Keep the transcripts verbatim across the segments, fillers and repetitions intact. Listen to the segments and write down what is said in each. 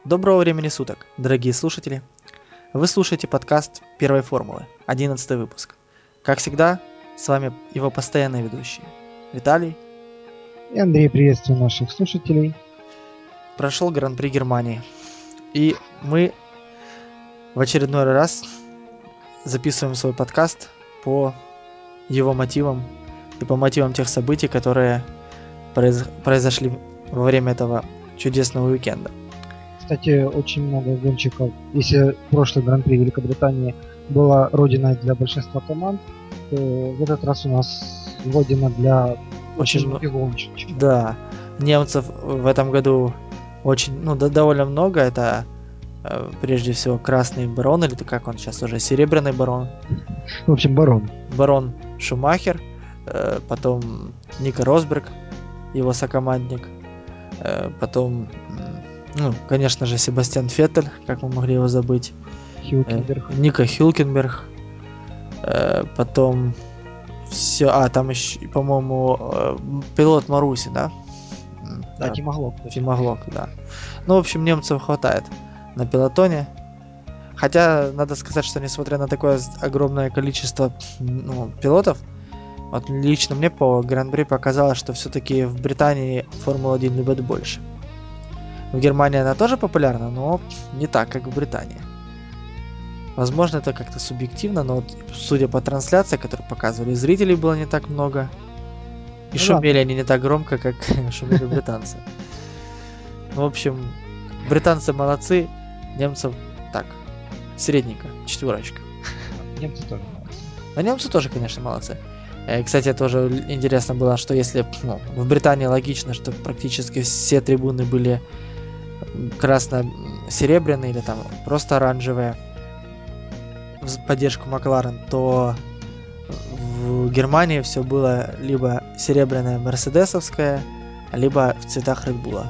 Доброго времени суток, дорогие слушатели. Вы слушаете подкаст Первой формулы, одиннадцатый выпуск. Как всегда, с вами его постоянные ведущие Виталий и Андрей. Приветствую наших слушателей. Прошел Гран-при Германии, и мы в очередной раз записываем свой подкаст по его мотивам и по мотивам тех событий, которые произ- произошли во время этого чудесного уикенда. Кстати, очень много гонщиков. Если прошлый Гран-при Великобритании была родиной для большинства команд, то в этот раз у нас родина для очень, очень многих гонщиков. Да, немцев в этом году очень, ну, да, довольно много. Это э, прежде всего красный барон, или как он сейчас уже, серебряный барон. В общем, барон. Барон Шумахер, э, потом Ника Росберг, его сокомандник, э, потом, ну, конечно же, Себастьян Феттель, как мы могли его забыть. Хюлкенберг. Э, Ника Хюлкенберг, э, потом все, а там еще, по-моему, э, пилот Маруси, да? Да, Тима Глок. Тима Глок, да. Ну, в общем, немцев хватает на пилотоне. Хотя, надо сказать, что несмотря на такое огромное количество ну, пилотов, вот лично мне по Гран-при показалось, что все-таки в Британии Формулу один любят больше. В Германии она тоже популярна, но не так, как в Британии. Возможно, это как-то субъективно, но вот, судя по трансляции, которую показывали, зрителей было не так много. И ну, шумели да. они не так громко, как шумели британцы. В общем, британцы молодцы, немцев так, средненько, четверочка. Немцы тоже молодцы. А немцы тоже, конечно, молодцы. И, кстати, тоже интересно было, что если ну, в Британии логично, что практически все трибуны были красно-серебряные или там просто оранжевые в поддержку Макларен, то в Германии все было либо серебряное мерседесовское, либо в цветах Редбула.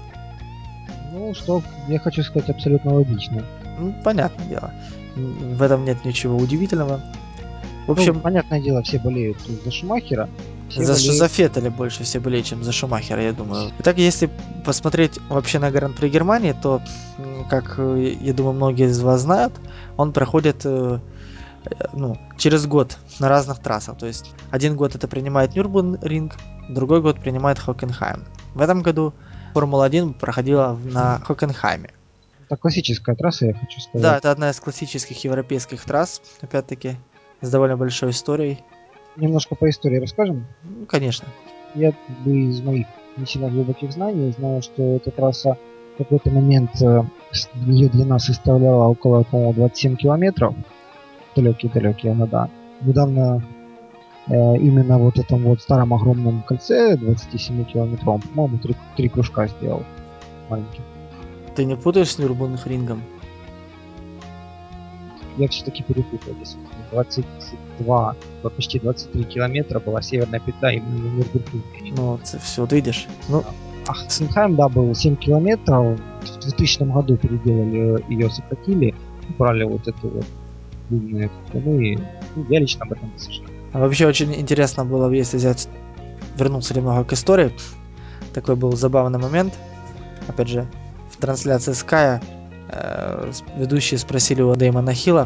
Ну, что я хочу сказать, абсолютно логично. Ну, понятное дело. В этом нет ничего удивительного. В общем, ну, понятное дело, все болеют за Шумахера. Все за, болеют... за Феттеля больше все болеют, чем за Шумахера, я думаю. Итак, если посмотреть вообще на Гран-при Германии, то, как я думаю, многие из вас знают, он проходит ну, через год на разных трассах. То есть один год это принимает Нюрбургринг, другой год принимает Хокенхайм. В этом году Формула один проходила на Хокенхайме. Это классическая трасса, я хочу сказать. Да, это одна из классических европейских трасс, опять-таки, с довольно большой историей. Немножко по истории расскажем? Ну, конечно. Я как бы из моих не сильно глубоких знаний знаю, что эта трасса в какой-то момент ее длина составляла около, по-моему, двадцать семь километров. Далекие-далекие года. Недавно э, именно вот этом вот старом огромном кольце двадцать семь километров, по-моему, три, три кружка сделал маленьких. Ты не путаешь с Нюрбургрингом? Я все-таки перепутал, действительно. двадцать два, почти двадцать три километра была северная петля именно на Нюрбургринге. Ну, вот, все, ты видишь. Ну, а Хокенхайм, да, был семь километров. В двухтысячном году переделали ее, сократили, убрали вот эту вот длинные прямые. Ну, я лично об этом не сожалею. А вообще очень интересно было, если взять, вернуться немного к истории. Такой был забавный момент. Опять же, в трансляции Sky э, ведущие спросили у Дэймона Хилла,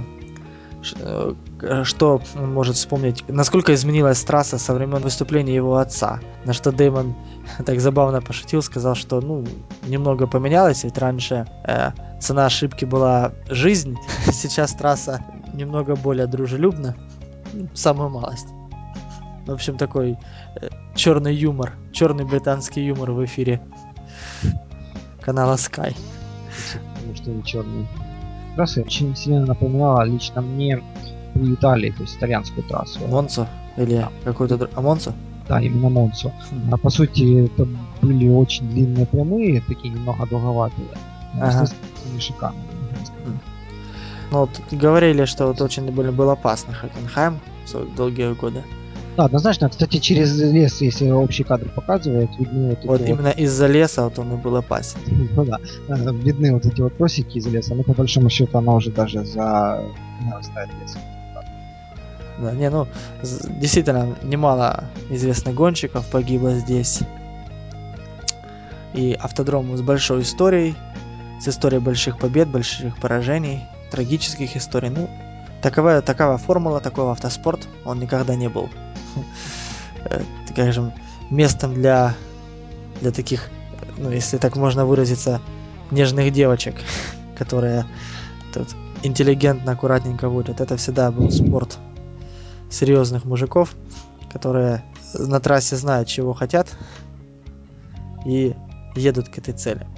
что он может вспомнить, насколько изменилась трасса со времен выступления его отца. На что Дэймон так забавно пошутил, сказал, что ну немного поменялось, ведь раньше э, цена ошибки была жизнь, сейчас трасса немного более дружелюбна, самую малость. В общем, такой э, черный юмор, черный британский юмор в эфире канала Sky. Потому что не черный. Трасса очень сильно напоминала лично мне в Италии, то есть итальянскую трассу. Монцо или да. какой-то... А Монцо? Да, именно Монцо. Mm-hmm. А по сути это были очень длинные прямые, такие немного долговатые. Ага. С шикарно. Mm. Ну вот говорили, что вот очень был опасный Хокенхайм долгие годы. Да, однозначно. Кстати, через лес, если общий кадр показывает, видны вот эти вот. Вот именно из-за леса вот он и был опасен. Ну да, видны вот эти вот просеки из леса, но по большому счету она уже даже за нарастает лес. Да, не, ну, действительно, немало известных гонщиков погибло здесь. И автодром с большой историей. с историей больших побед, больших поражений, трагических историй. Ну, такова, такова формула, такой автоспорт, он никогда не был, скажем, местом для, для таких, ну, если так можно выразиться, нежных девочек, которые тут интеллигентно, аккуратненько водят. Это всегда был спорт серьезных мужиков, которые на трассе знают, чего хотят, и едут к этой цели.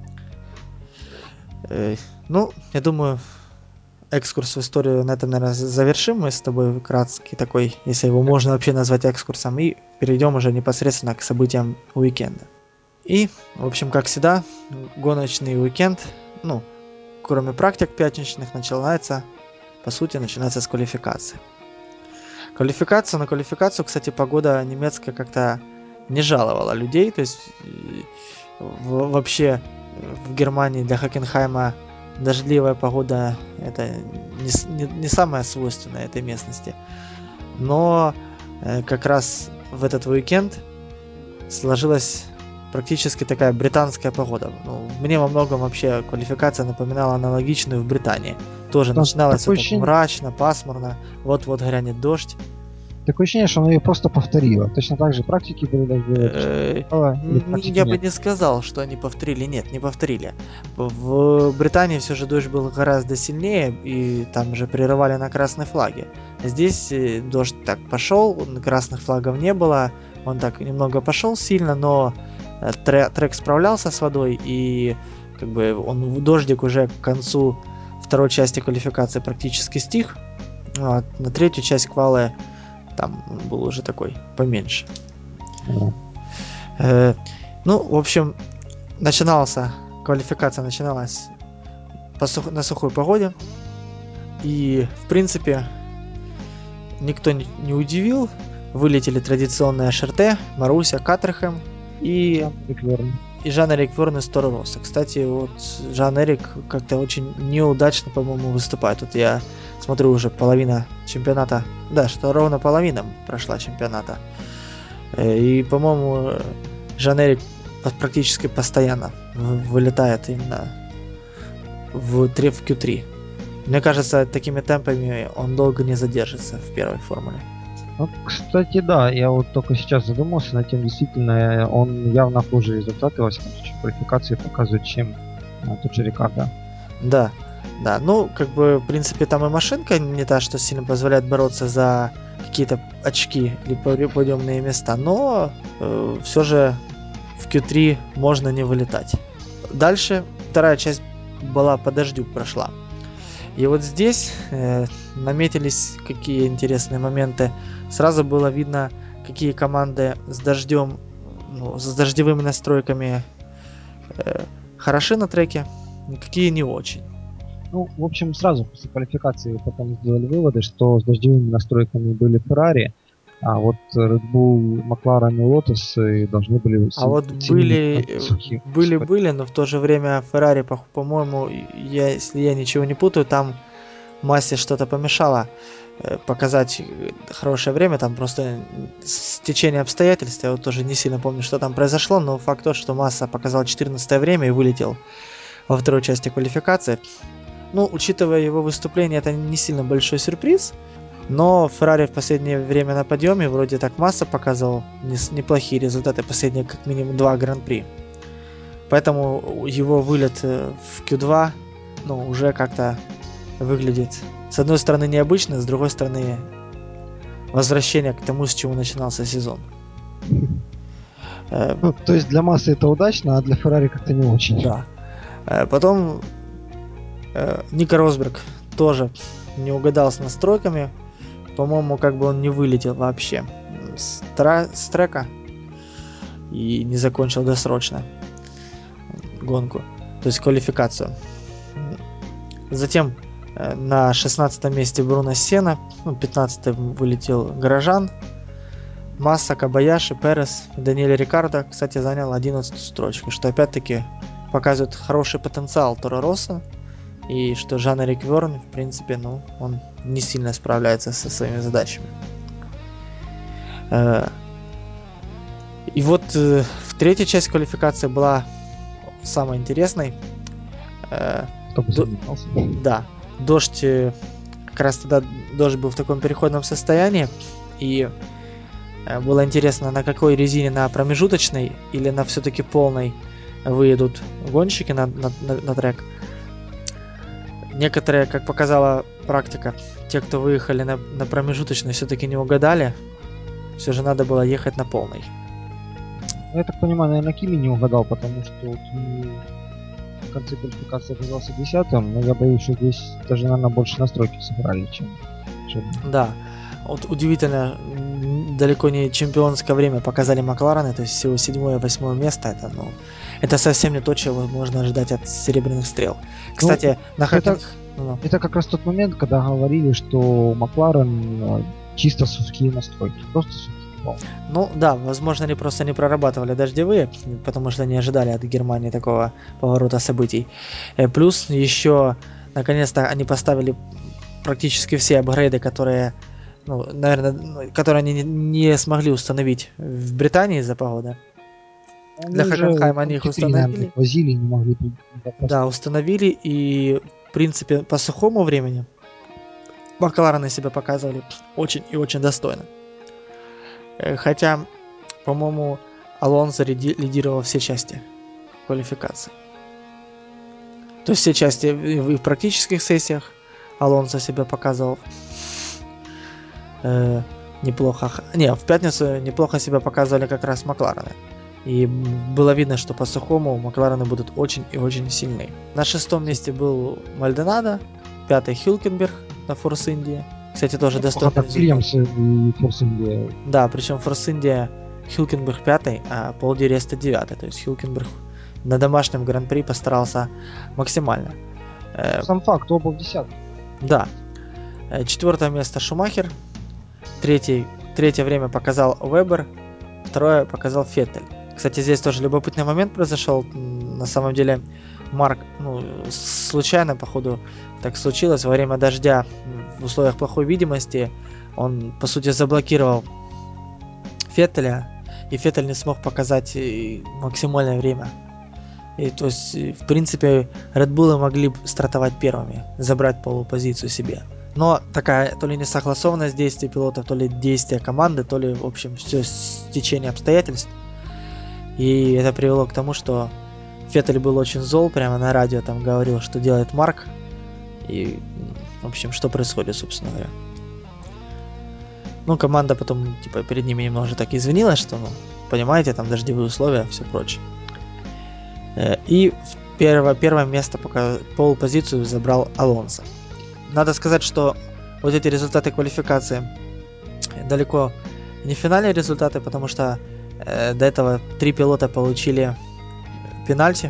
Ну, я думаю, экскурс в историю на этом, наверное, завершим. Мы с тобой краткий такой, если его можно вообще назвать экскурсом, и перейдем уже непосредственно к событиям уикенда. И, в общем, как всегда, гоночный уикенд, ну, кроме практик пятничных, начинается, по сути, начинается с квалификации. Квалификация, на квалификацию, кстати, погода немецкая как-то не жаловала людей, то есть в, вообще в Германии для Хокенхайма дождливая погода это не, не, не самое свойственное этой местности. Но э, как раз в этот уикенд сложилась практически такая британская погода. Ну, мне во многом вообще квалификация напоминала аналогичную в Британии. Тоже да, начиналось все ощущение... так мрачно, пасмурно, вот-вот грянет дождь. Такое ощущение, что она ее просто повторила. Точно так же практики были дождевые. Я бы не сказал, что они повторили. Нет, не повторили. В Британии все же дождь был гораздо сильнее, и там же прерывали на красной флаге. Здесь дождь так пошел, красных флагов не было, он так немного пошел сильно, но трек, трек справлялся с водой, и как бы он дождик уже к концу второй части квалификации практически стих. А на третью часть квалы там был уже такой поменьше. Mm. Э, ну, в общем, начинался, квалификация начиналась по сух, на сухой погоде. И, в принципе, никто не, не удивил. Вылетели традиционные ШРТ, Маруся, Катерхэм и, и Жан-Эрик Верн из Торо Россо. Кстати, вот Жан-Эрик как-то очень неудачно, по-моему, выступает. Тут я смотрю, уже половина чемпионата, да, что ровно половина прошла чемпионата. И, по-моему, Жан-Эрик практически постоянно вылетает именно в кью три. Мне кажется, такими темпами он долго не задержится в первой формуле. Ну, кстати, да, я вот только сейчас задумался над тем, действительно, он явно хуже результаты, во всяком случае, квалификации показывает, чем а, тот же Рикардо. Да, да, ну, как бы, в принципе, там и машинка не та, что сильно позволяет бороться за какие-то очки или подъемные места, но э, все же в кью три можно не вылетать. Дальше вторая часть была по дождю прошла. И вот здесь э, наметились какие интересные моменты. Сразу было видно, какие команды с дождем, ну, с дождевыми настройками э, хороши на треке, какие не очень. Ну, в общем, сразу после квалификации потом сделали выводы, что с дождевыми настройками были Ferrari, а вот Red Bull, McLaren и Lotus должны были... А вот были, были, были, но в то же время Ferrari, по- по-моему, я, если я ничего не путаю, там Массе что-то помешало э, показать хорошее время, там просто стечение обстоятельств, я вот тоже не сильно помню, что там произошло, но факт тот, что Масса показал четырнадцатое время и вылетел во второй части квалификации. Ну, учитывая его выступление, это не сильно большой сюрприз, но Феррари в последнее время на подъеме, вроде так Масса показывал неплохие результаты, последние как минимум два гран-при. Поэтому его вылет в кью два, ну, уже как-то выглядит, с одной стороны, необычно, с другой стороны, возвращение к тому, с чего начинался сезон. Ну, то есть для Массы это удачно, а для Феррари как-то не очень. Да. Потом Нико Росберг тоже не угадал с настройками. По-моему, как бы он не вылетел вообще с, тра- с трека и не закончил досрочно гонку, то есть квалификацию. Затем на шестнадцатом месте Бруно Сенна, ну, пятнадцатым вылетел Горожан, Масса, Кабаяши, Перес, Даниэль Рикардо, кстати, занял одиннадцатую строчку, что опять-таки показывает хороший потенциал Торо Россо, и что Жан-Эрик Верн, в принципе, ну, он не сильно справляется со своими задачами. И вот в третья часть квалификации была самой интересной. Э, Кто бы до- сомневался. да, дождь, э, как раз тогда дождь был в таком переходном состоянии, и э, было интересно, на какой резине, на промежуточной или на все-таки полной выедут гонщики на, на, на, на трек. Некоторые, как показала практика, те, кто выехали на, на промежуточной, все-таки не угадали. Все же надо было ехать на полной. Ну, я так понимаю, наверное, Кими не угадал, потому что вот Кими в конце квалификации оказался десятым, но я боюсь, что здесь даже, наверное, больше настройки сыграли, чем ошибки. Да, вот удивительно, м, далеко не чемпионское время показали Макларены, то есть всего седьмое-восьмое место. Это, ну, это совсем не то, чего можно ожидать от серебряных стрел. Ну, Кстати, на это, хоккейных... ну, это как раз тот момент, когда говорили, что Макларен э, чисто сухие настройки, просто сухие полные. ну да, возможно, они просто не прорабатывали дождевые, потому что не ожидали от Германии такого поворота событий. Э, Плюс еще, наконец-то, они поставили практически все апгрейды, которые, ну, наверное, ну, которые они не, не смогли установить в Британии из-за погоды. Они Для уже Хокенхайма они там их три, наверное, установили. возили и не могли при- Да, поставить. установили, и, в принципе, по сухому времени Макларены себя показывали очень и очень достойно. Э, Хотя, по-моему, Алонсо лиди- лидировал все части квалификации. То есть все части и в и в практических сессиях Алонсо себя показывал э, неплохо. Х- Не, в пятницу неплохо себя показывали как раз Макларены. И м, было видно, что по сухому Макларены будут очень и очень сильны. На шестом месте был Мальдонадо, пятый Хюлкенберг на Форс Индии. Кстати, тоже Неплохо достойный так результат. Вильямс и Форс Индия. Да, причем Форс Индия Хюлкенберг пятый, а Пол Ди Реста девятый. То есть Хюлкенберг на домашнем гран-при постарался максимально. Э, Сам факт, оба в десятке. да. Э, Четвертое место Шумахер. Третий, третье время показал Вебер. Второе показал Феттель. Кстати, здесь тоже любопытный момент произошел. М, На самом деле, Марк, ну, случайно, походу, так случилось. Во время дождя, м, в условиях плохой видимости, он, по сути, заблокировал Феттеля, и Феттель не смог показать э, максимальное время. И то есть, э, в принципе, Red Bull могли б стартовать первыми, забрать полупозицию себе. Но такая то ли несогласованность действий пилотов, то ли действия команды, то ли, в общем, все стечение обстоятельств. И это привело к тому, что Феттель был очень зол, прямо на радио там говорил, что делает Марк. И, м, в общем, что происходит, собственно говоря. Ну, команда потом, типа, перед ними немного так извинилась, что, ну, понимаете, там дождевые условия, все прочее. Э, И в первое, первое место, пока полупозицию забрал Алонсо. Надо сказать, что вот эти результаты квалификации далеко не финальные результаты, потому что э, до этого три пилота получили пенальти.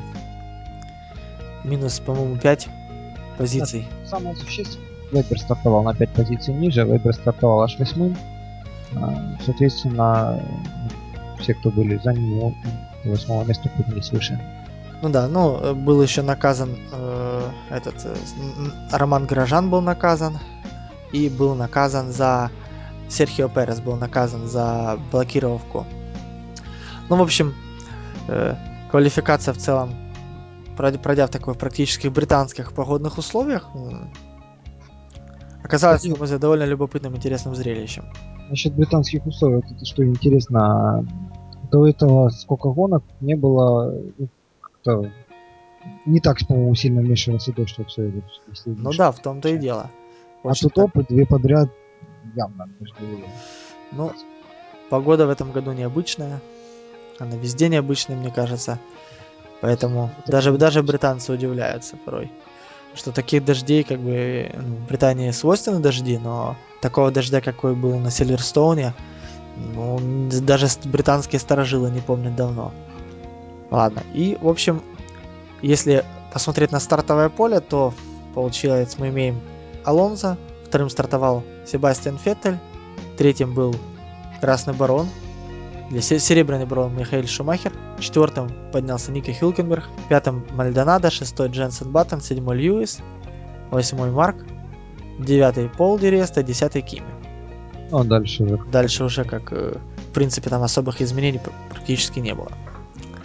Минус, по-моему, пять Да, позиций. самое существенное. Вебер стартовал на пять позиций ниже, Вебер стартовал аж восьмым. А, Соответственно, все, кто были за ним, до восьмого места поднялись выше. Ну да, ну, э, был еще наказан э, этот э, н- Роман Грожан был наказан. И был наказан за... Серхио Перес был наказан за блокировку. Ну, в общем, э, квалификация в целом, пройдя, пройдя в таких практически британских погодных условиях, м, оказалась, на Кстати, мой взгляд, довольно любопытным, интересным зрелищем. насчет британских условий, вот это что интересно, до этого сколько гонок не было, ну, как-то не так, по-моему, сильно вмешивался дождь во все это, если Ну видишь, да, в том-то и получается. дело. А Очень тут так. опыт, две подряд явно дождевые. Ну, погода в этом году необычная. Она везде необычная, мне кажется. Поэтому Это даже, прям даже интересно. британцы удивляются порой. Что таких дождей, как бы, ну, в Британии свойственны дожди, но такого дождя, какой был на Сильверстоуне, ну, даже с- британские старожилы не помнят давно. Ладно, и, в общем, если посмотреть на стартовое поле, то, получилось, мы имеем Алонсо, вторым стартовал Себастьян Феттель, третьим был Красный Барон, или се- Серебряный Барон Михаэль Шумахер, четвертым поднялся Ника Хюлкенберг, пятым Мальдонадо, шестой Дженсен Баттон, седьмой Льюис, восьмой Марк, девятый Пол Ди Реста, десятый Кими. Ну, а дальше уже. Дальше уже как, э, в принципе, там особых изменений практически не было.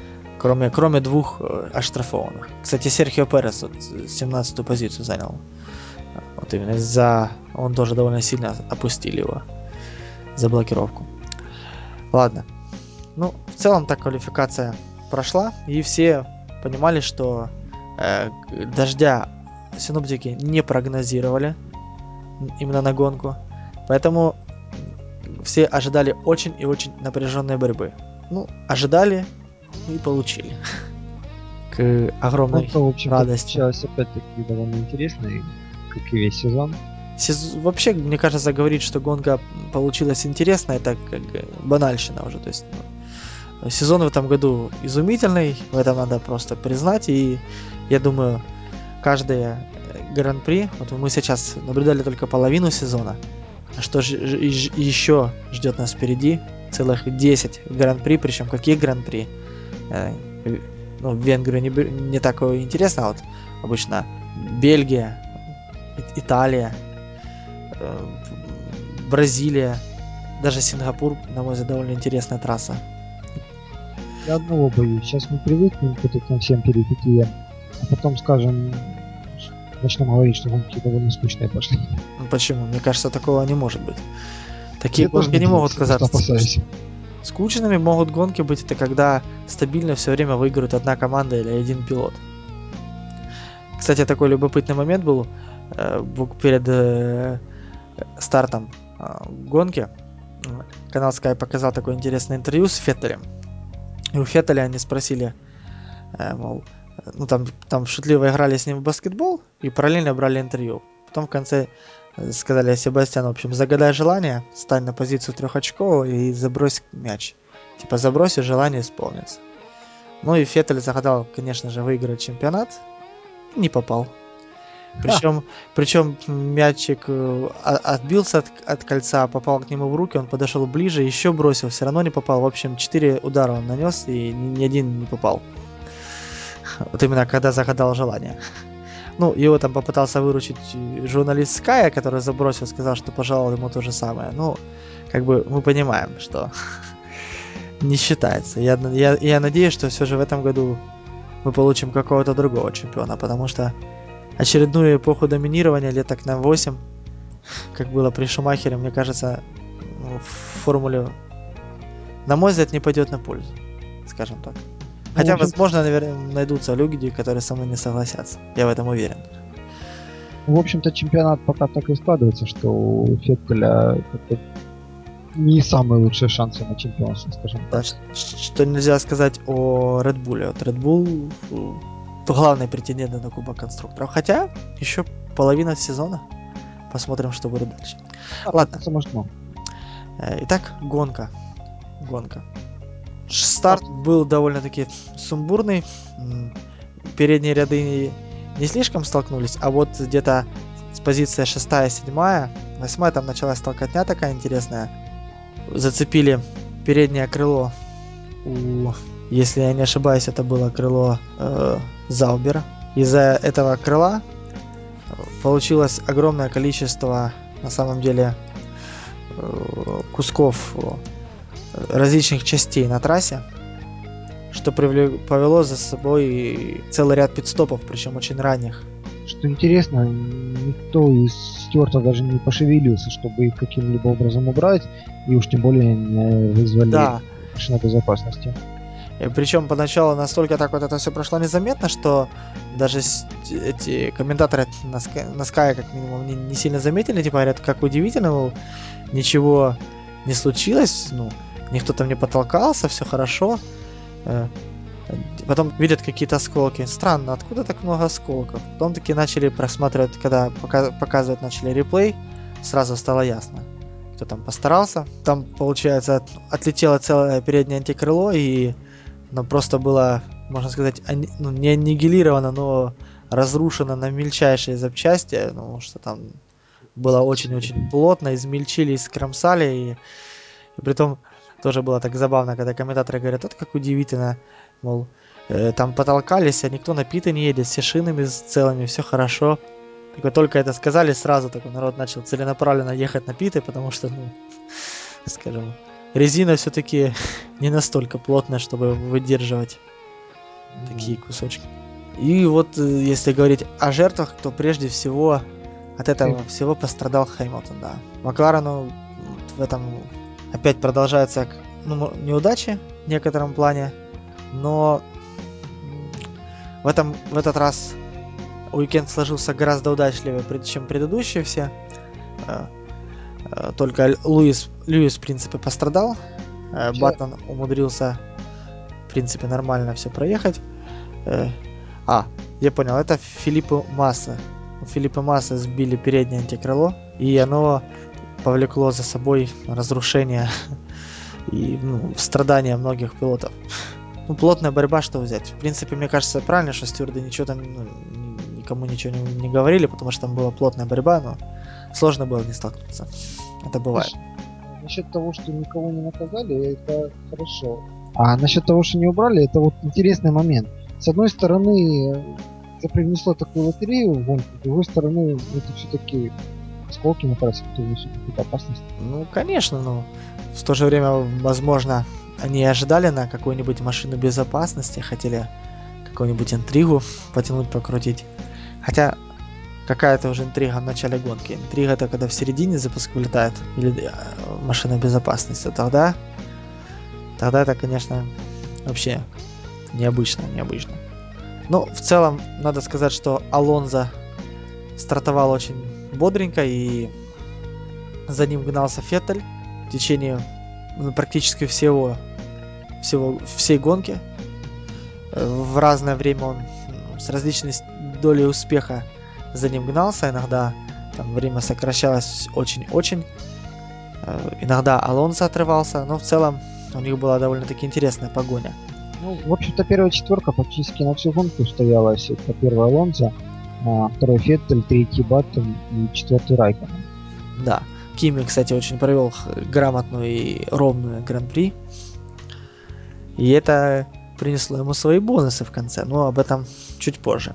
Кроме, кроме двух э, оштрафованных. Кстати, Серхио Перес вот, семнадцатую позицию занял. Вот именно из-за... Он тоже довольно сильно опустили его за блокировку. Ладно. Ну, в целом так квалификация прошла, и все понимали, что э, дождя синоптики не прогнозировали именно на гонку. Поэтому все ожидали очень и очень напряженной борьбы. Ну, ожидали и получили. К огромной Гонка, в общем-то, радости. получилась опять-таки довольно интересной, как и весь сезон. Сез... Вообще, мне кажется, говорить, что гонка получилась интересной, это как банальщина уже. То есть, ну, сезон в этом году изумительный, в этом надо просто признать. И я думаю, каждое гран-при, вот мы сейчас наблюдали только половину сезона, а что же еще ждет нас впереди? Целых десять гран-при, причем каких гран-при? Ну, в Венгрию не, не так интересно, а вот обычно Бельгия, Италия, Бразилия, даже Сингапур, на мой взгляд, довольно интересная трасса. Я одного боюсь. Сейчас мы привыкнем к этим всем перипетиям, а потом скажем, начнем говорить, что гонки довольно скучные пошли. Ну, почему? Мне кажется, такого не может быть. Такие Я тоже гонки не могут надеюсь, казаться просто опасаюсь. скучными. Скучными могут гонки быть, это когда стабильно все время выигрывает одна команда или один пилот. Кстати, такой любопытный момент был э, перед э, стартом э, гонки. Канал Sky показал такое интересное интервью с Феттелем. И у Феттеля они спросили, э, мол, ну там, там шутливо играли с ним в баскетбол и параллельно брали интервью. Потом в конце сказали Себастьяну, в общем, загадай желание, стань на позицию трехочкового и забрось мяч. Типа забрось, и желание исполнится. Ну и Феттель загадал, конечно же, выиграть чемпионат. Не попал. Причем, причем мячик отбился от, от кольца, попал к нему в руки, он подошел ближе, еще бросил, все равно не попал. В общем, четыре удара он нанес, и ни, ни один не попал. Вот именно когда загадал желание. Ну, его там попытался выручить журналист Ская, который забросил, сказал, что пожелал ему то же самое. Ну, как бы мы понимаем, что не считается. Я, я, я надеюсь, что все же в этом году мы получим какого-то другого чемпиона, потому что очередную эпоху доминирования лет так на восемь, как было при Шумахере, мне кажется, в формуле, на мой взгляд, не пойдет на пользу, скажем так. Хотя, ну, возможно, наверное, найдутся люди, которые со мной не согласятся. Я в этом уверен. В общем-то, чемпионат пока так и складывается, что у Феттеля не самые лучшие шансы на чемпионство, скажем так. Да, что нельзя сказать о Red Bull. Вот Red Bull главный претендент на Кубок конструкторов. Хотя еще половина сезона. Посмотрим, что будет дальше. А, ладно. Можно. Итак, гонка. Гонка. Старт был довольно-таки сумбурный. Передние ряды не слишком столкнулись, а вот где-то с позиции шестая, седьмая, восьмая там началась толкотня такая интересная. Зацепили переднее крыло у, если я не ошибаюсь, это было крыло э, Заубера. Из-за этого крыла получилось огромное количество, на самом деле, э, кусков различных частей на трассе, что привлек, повело за собой целый ряд пит-стопов, причем очень ранних. Что интересно, никто из стюартов даже не пошевелился, чтобы их каким-либо образом убрать, и уж тем более не вызвали да. машину безопасности. И причем поначалу настолько так вот это все прошло незаметно, что даже эти комментаторы на Sky, на Sky как минимум не, не сильно заметили, типа говорят, как удивительно, мол, ничего не случилось, ну, никто там не потолкался, все хорошо. Потом видят какие-то осколки. Странно, откуда так много осколков? Потом таки начали просматривать, когда показывать начали реплей, сразу стало ясно, кто там постарался. Там, получается, от, отлетело целое переднее антикрыло, и оно просто было, можно сказать, ани, ну, не аннигилировано, но разрушено на мельчайшие запчасти, ну, что там было очень-очень плотно, измельчили, искромсали, и, и притом тоже было так забавно, когда комментаторы говорят, вот как удивительно, мол, э, там потолкались, а никто на питы не едет, все шинами целыми, все хорошо. Так вот только это сказали, сразу такой народ начал целенаправленно ехать на питы, потому что, ну, скажем, резина все-таки не настолько плотная, чтобы выдерживать такие кусочки. И вот э, если говорить о жертвах, то прежде всего от этого Хэмилтон. всего пострадал Хэмилтон, да. Макларену в этом опять продолжаются ну, неудачи в некотором плане, но в, этом, в этот раз уикенд сложился гораздо удачливее, чем предыдущие все. Только Луис, Льюис, в принципе, пострадал. Вообще, Баттон умудрился, в принципе, нормально все проехать. А, я понял, это Филиппе Масса. У Филиппе Масса сбили переднее антикрыло, и оно повлекло за собой разрушение и ну, страдания многих пилотов. Ну, плотная борьба, что взять? В принципе, мне кажется, правильно, что стюарды ничего там, ну, никому ничего не, не говорили, потому что там была плотная борьба, но сложно было не столкнуться. Это бывает. Знаешь, насчет того, что никого не наказали, это хорошо. А насчет того, что не убрали, это вот интересный момент. С одной стороны, это привнесло такую лотерею в гонку, с другой стороны, это все-таки осколки на трассе, которые несут какую-то опасность. Ну, конечно, но в то же время, возможно, они ожидали на какую-нибудь машину безопасности, хотели какую-нибудь интригу потянуть, покрутить. Хотя какая-то уже интрига в начале гонки. Интрига это когда в середине запуск вылетает или машина безопасности. Тогда, тогда это, конечно, вообще необычно, необычно. Но в целом надо сказать, что Алонзо стартовал очень бодренько, и за ним гнался Феттель в течение ну, практически всего, всего всей гонки. В разное время он с различной долей успеха за ним гнался. Иногда там время сокращалось очень-очень. Иногда Алонсо отрывался, но в целом у них была довольно-таки интересная погоня. Ну, в общем-то, первая четверка практически на всю гонку стоялась. Это первый Алонсо, а, второй Феттель, третий Баттон и четвертый Райконен. Да, Кими, кстати, очень провел грамотную и ровную гран-при. И это принесло ему свои бонусы в конце, но об этом чуть позже.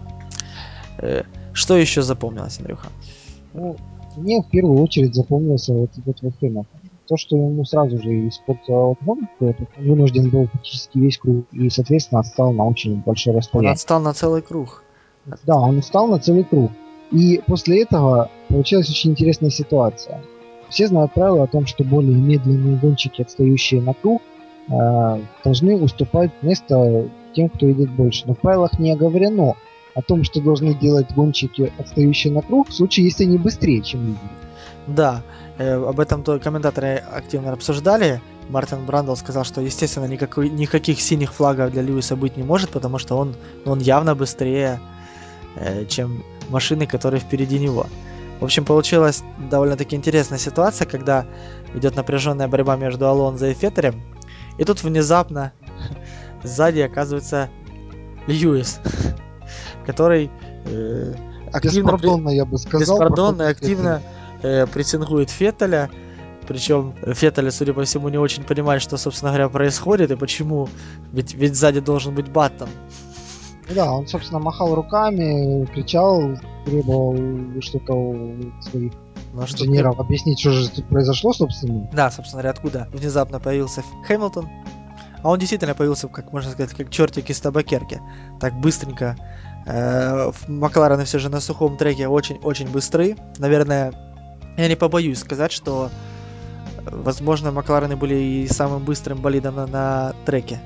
Что еще запомнилось, Андрюха? Ну, мне в первую очередь запомнился вот этот вот Хэмилтон. То, что ему сразу же испортило гонку, он вынужден был практически весь круг и, соответственно, отстал на очень большое Он расстояние. отстал на целый круг. Да, он устал на целый круг. И после этого получилась очень интересная ситуация. Все знают правило о том, что более медленные гонщики, отстающие на круг, э, должны уступать место тем, кто едет больше. Но в правилах не оговорено о том, что должны делать гонщики, отстающие на круг, в случае, если они быстрее, чем лидеры. Да, э, об этом то комментаторы активно обсуждали. Мартин Брандл сказал, что, естественно, никакой, никаких синих флагов для Льюиса быть не может, потому что он, он явно быстрее, э, чем машины, которые впереди него. В общем, получилась довольно-таки интересная ситуация, когда идет напряженная борьба между Алонзо и Феттелем, и тут внезапно сзади оказывается Льюис, который э, активно, Беспардонно, я бы сказал, беспардонно и проходит активно э, прессингует Феттеля. Причем Феттель, судя по всему, не очень понимает, что, собственно говоря, происходит и почему. Ведь, ведь сзади должен быть Баттон. Ну да, он, собственно, махал руками, кричал, требовал что-то у своих Ну а что инженеров требовать? объяснить, что же тут произошло, собственно. Да, собственно говоря, откуда внезапно появился Хэмилтон. А он действительно появился, как можно сказать, как чертик из табакерки. Так быстренько. Э, Макларены все же на сухом треке очень-очень быстры. Наверное, я не побоюсь сказать, что, возможно, Макларены были и самым быстрым болидом на, на треке.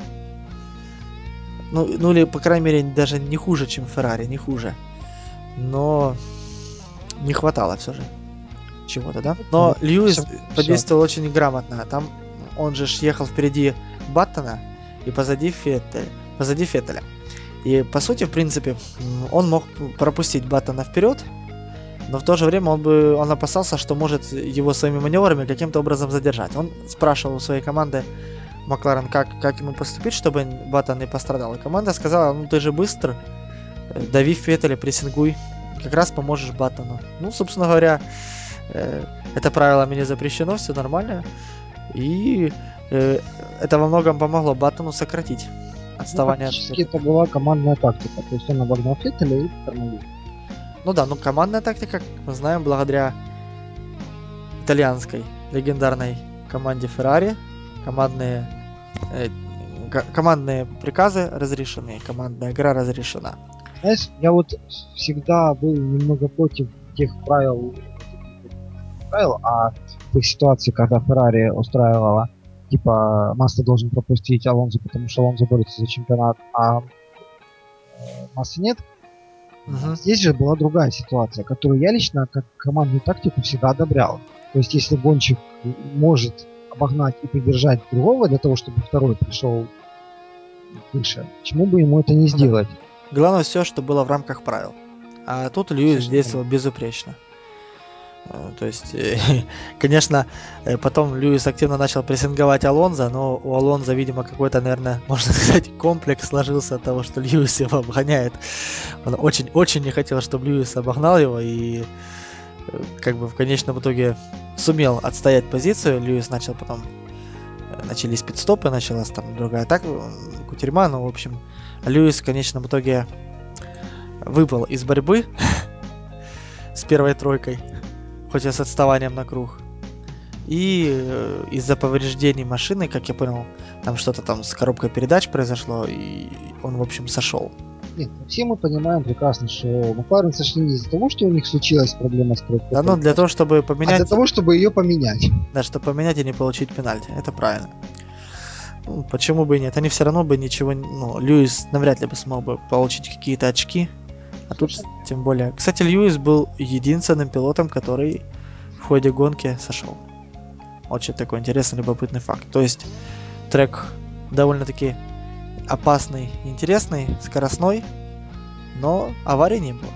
Ну, ну или, по крайней мере, даже не хуже, чем Феррари, не хуже. Но не хватало все же чего-то, да? Но Льюис Все. подействовал очень грамотно. Там он же ехал впереди Баттона и позади Феттеля. Позади Феттеля. И, по сути, в принципе, он мог пропустить Баттона вперед, но в то же время он бы он опасался, что может его своими маневрами каким-то образом задержать. Он спрашивал у своей команды Макларен, как, как ему поступить, чтобы Баттон не пострадал. И команда сказала, ну ты же быстр, дави Феттеля, прессингуй, как раз поможешь Баттону. Ну, собственно говоря, э, это правилами не запрещено, все нормально. И э, это во многом помогло Баттону сократить Ну, отставание от фактически это Феттеля. была командная тактика. То есть он обогнал Феттеля и тормозил. Ну да, ну командная тактика, как мы знаем, благодаря итальянской легендарной команде Ferrari, командные, э, ко- командные приказы разрешены, командная игра разрешена. Знаешь, я вот всегда был немного против тех правил, правил, а тех ситуаций, когда Феррари устраивала, типа, Масса должен пропустить Алонсо, потому что Алонсо борется за чемпионат, а э, Массы нет. Мгм. Здесь же была другая ситуация, которую я лично как командную тактику всегда одобрял. То есть, если гонщик может обогнать и придержать другого для того, чтобы второй пришел выше, почему бы ему это не Ну да. сделать? Главное все, что было в рамках правил. А тут Льюис Совершенно действовал безупречно. Э, То есть, э, конечно, э, потом Льюис активно начал прессинговать Алонзо, но у Алонзо, видимо, какой-то, наверное, можно сказать, комплекс сложился от того, что Льюис его обгоняет. Он очень-очень не хотел, чтобы Льюис обогнал его, и э, как бы в конечном итоге сумел отстоять позицию. Льюис начал потом, э, начались пидстопы, началась там другая атака, м, кутерьма, ну, в общем, Льюис в конечном итоге выпал из борьбы с первой тройкой, хоть и с отставанием на круг. И э, из-за повреждений машины, как я понял, там что-то там с коробкой передач произошло, и он, в общем, сошел. Нет, ну все мы понимаем прекрасно, что Макларен сошли не из-за того, что у них случилась проблема с коробкой Да, ну для передач, того, чтобы а для поменять, того, чтобы ее поменять. да, чтобы поменять и не получить пенальти. Это правильно. Ну, почему бы и нет? Они все равно бы ничего, не- ну, Льюис навряд ли бы смог бы получить какие-то очки. А тут Совершенно. тем более. Кстати, Льюис был единственным пилотом, который в ходе гонки сошел. Очень такой интересный, любопытный факт. То есть трек довольно-таки опасный, интересный, скоростной, но аварий не было.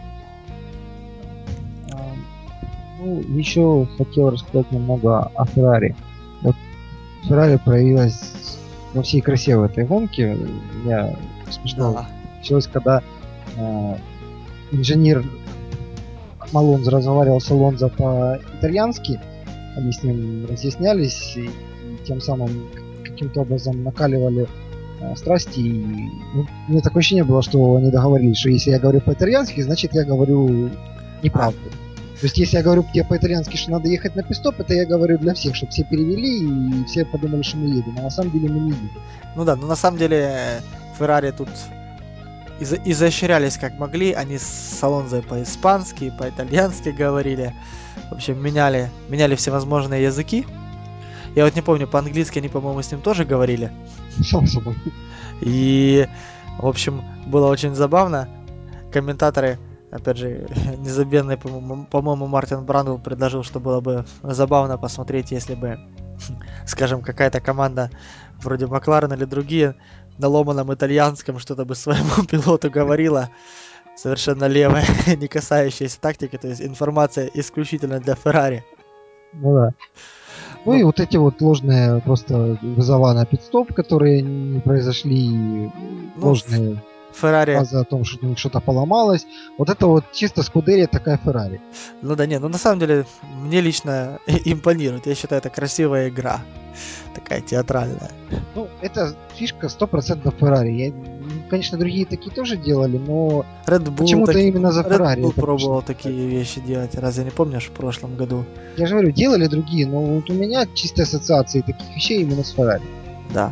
А, Ну, еще хотел рассказать немного о Феррари. Вот Феррари проявилась во всей красе в этой гонке. Я смешно Да. получилось, когда э, инженер Малонзо разговаривал с Алонзо по-итальянски, они с ним разъяснялись и, и тем самым каким-то образом накаливали э, страсти. И, ну, у меня такое ощущение было, что они договорились, что если я говорю по-итальянски, значит я говорю А, неправду. То есть если я говорю тебе по-итальянски, что надо ехать на пистоп, это я говорю для всех, чтобы все перевели и все подумали, что мы едем. А на самом деле мы не едем. ну да, но на самом деле Феррари тут изо- изощрялись как могли. Они с Алонзо по-испански, по-итальянски говорили. В общем, меняли, меняли всевозможные языки. Я вот не помню, по-английски они, по-моему, с ним тоже говорили. Само собой. И, в общем, было очень забавно. Комментаторы, опять же, незабвенный, по-моему, по-моему, Мартин Брандл предложил, что было бы забавно посмотреть, если бы, скажем, какая-то команда вроде Макларен или другие на ломаном итальянском что-то бы своему пилоту говорила, совершенно левое, не касающееся тактики, то есть информация исключительно для Феррари. Ну да. Ну и Ну, вот эти вот ложные просто вызова на пидстоп, которые не произошли, ну, ложные Феррари, фразы о том, что у них что-то поломалось. Вот это вот чисто Скудерия такая Феррари. ну да нет, ну на самом деле мне лично импонирует. Я считаю, это красивая игра, такая театральная. Ну, это фишка сто процентов Феррари. Я, ну, конечно, другие такие тоже делали, но Red Bull, почему-то таки, именно за Red Феррари Bull это пошло. пробовал такие вещи делать. Разве не помнишь в прошлом году? Я же говорю, делали другие, но вот у меня чистые ассоциации таких вещей именно с Феррари. Да.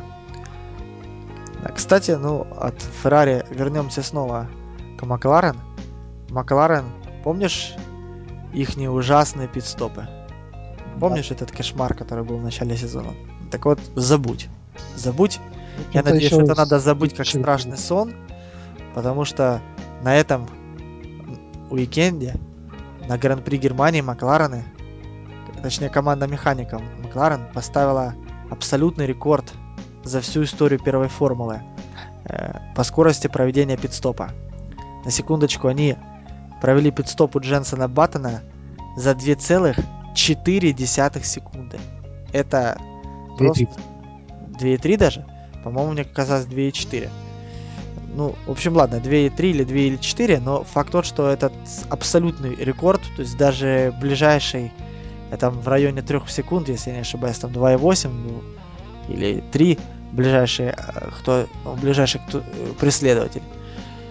А, Кстати, ну, от Ferrari вернемся снова к Макларен. Макларен, помнишь их ужасные пидстопы? Да. Помнишь этот кошмар, который был в начале сезона? Так вот, забудь. Забудь. В Я общем-то, надеюсь, что еще это надо с забыть как две тысячи четырнадцатого. страшный сон, потому что на этом уикенде, на Гран-при Германии Макларены, точнее команда механиков Макларен поставила абсолютный рекорд за всю историю первой формулы э, по скорости проведения пидстопа. На секундочку, они провели пидстоп у Дженсона Баттона за две целых четыре десятых секунды. Это две просто тридцать. две и три даже. По-моему, мне казалось две и четыре. Ну, в общем, ладно, две и три или две и четыре, но факт тот, что этот абсолютный рекорд, то есть даже ближайший, это в районе трех секунд, если я не ошибаюсь, там два и восемь, ну, или три ближайшие, э, кто, ну, ближайший кто, э, преследователь.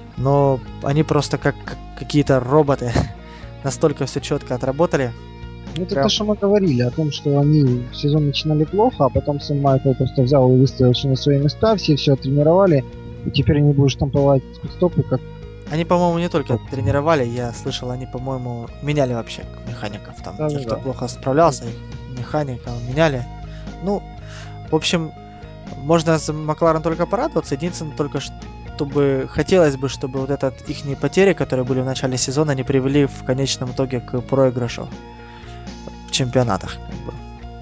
Но они просто как, как какие-то роботы настолько все четко отработали. Ну, это то, Прям. что мы говорили, о том, что они сезон начинали плохо, а потом сам Майкл просто взял и выставил все на свои места, все все оттренировали, и теперь они будут штамповать спидстопы как Они, по-моему, не только топ. тренировали, я слышал, они, по-моему, меняли вообще механиков. Там тех, кто Да-да-да. плохо справлялся, их механиков меняли. Ну, в общем, можно за Макларен только порадоваться. Единственное, только чтобы хотелось бы, чтобы вот этот их потери, которые были в начале сезона, не привели в конечном итоге к проигрышу в чемпионатах. Как бы.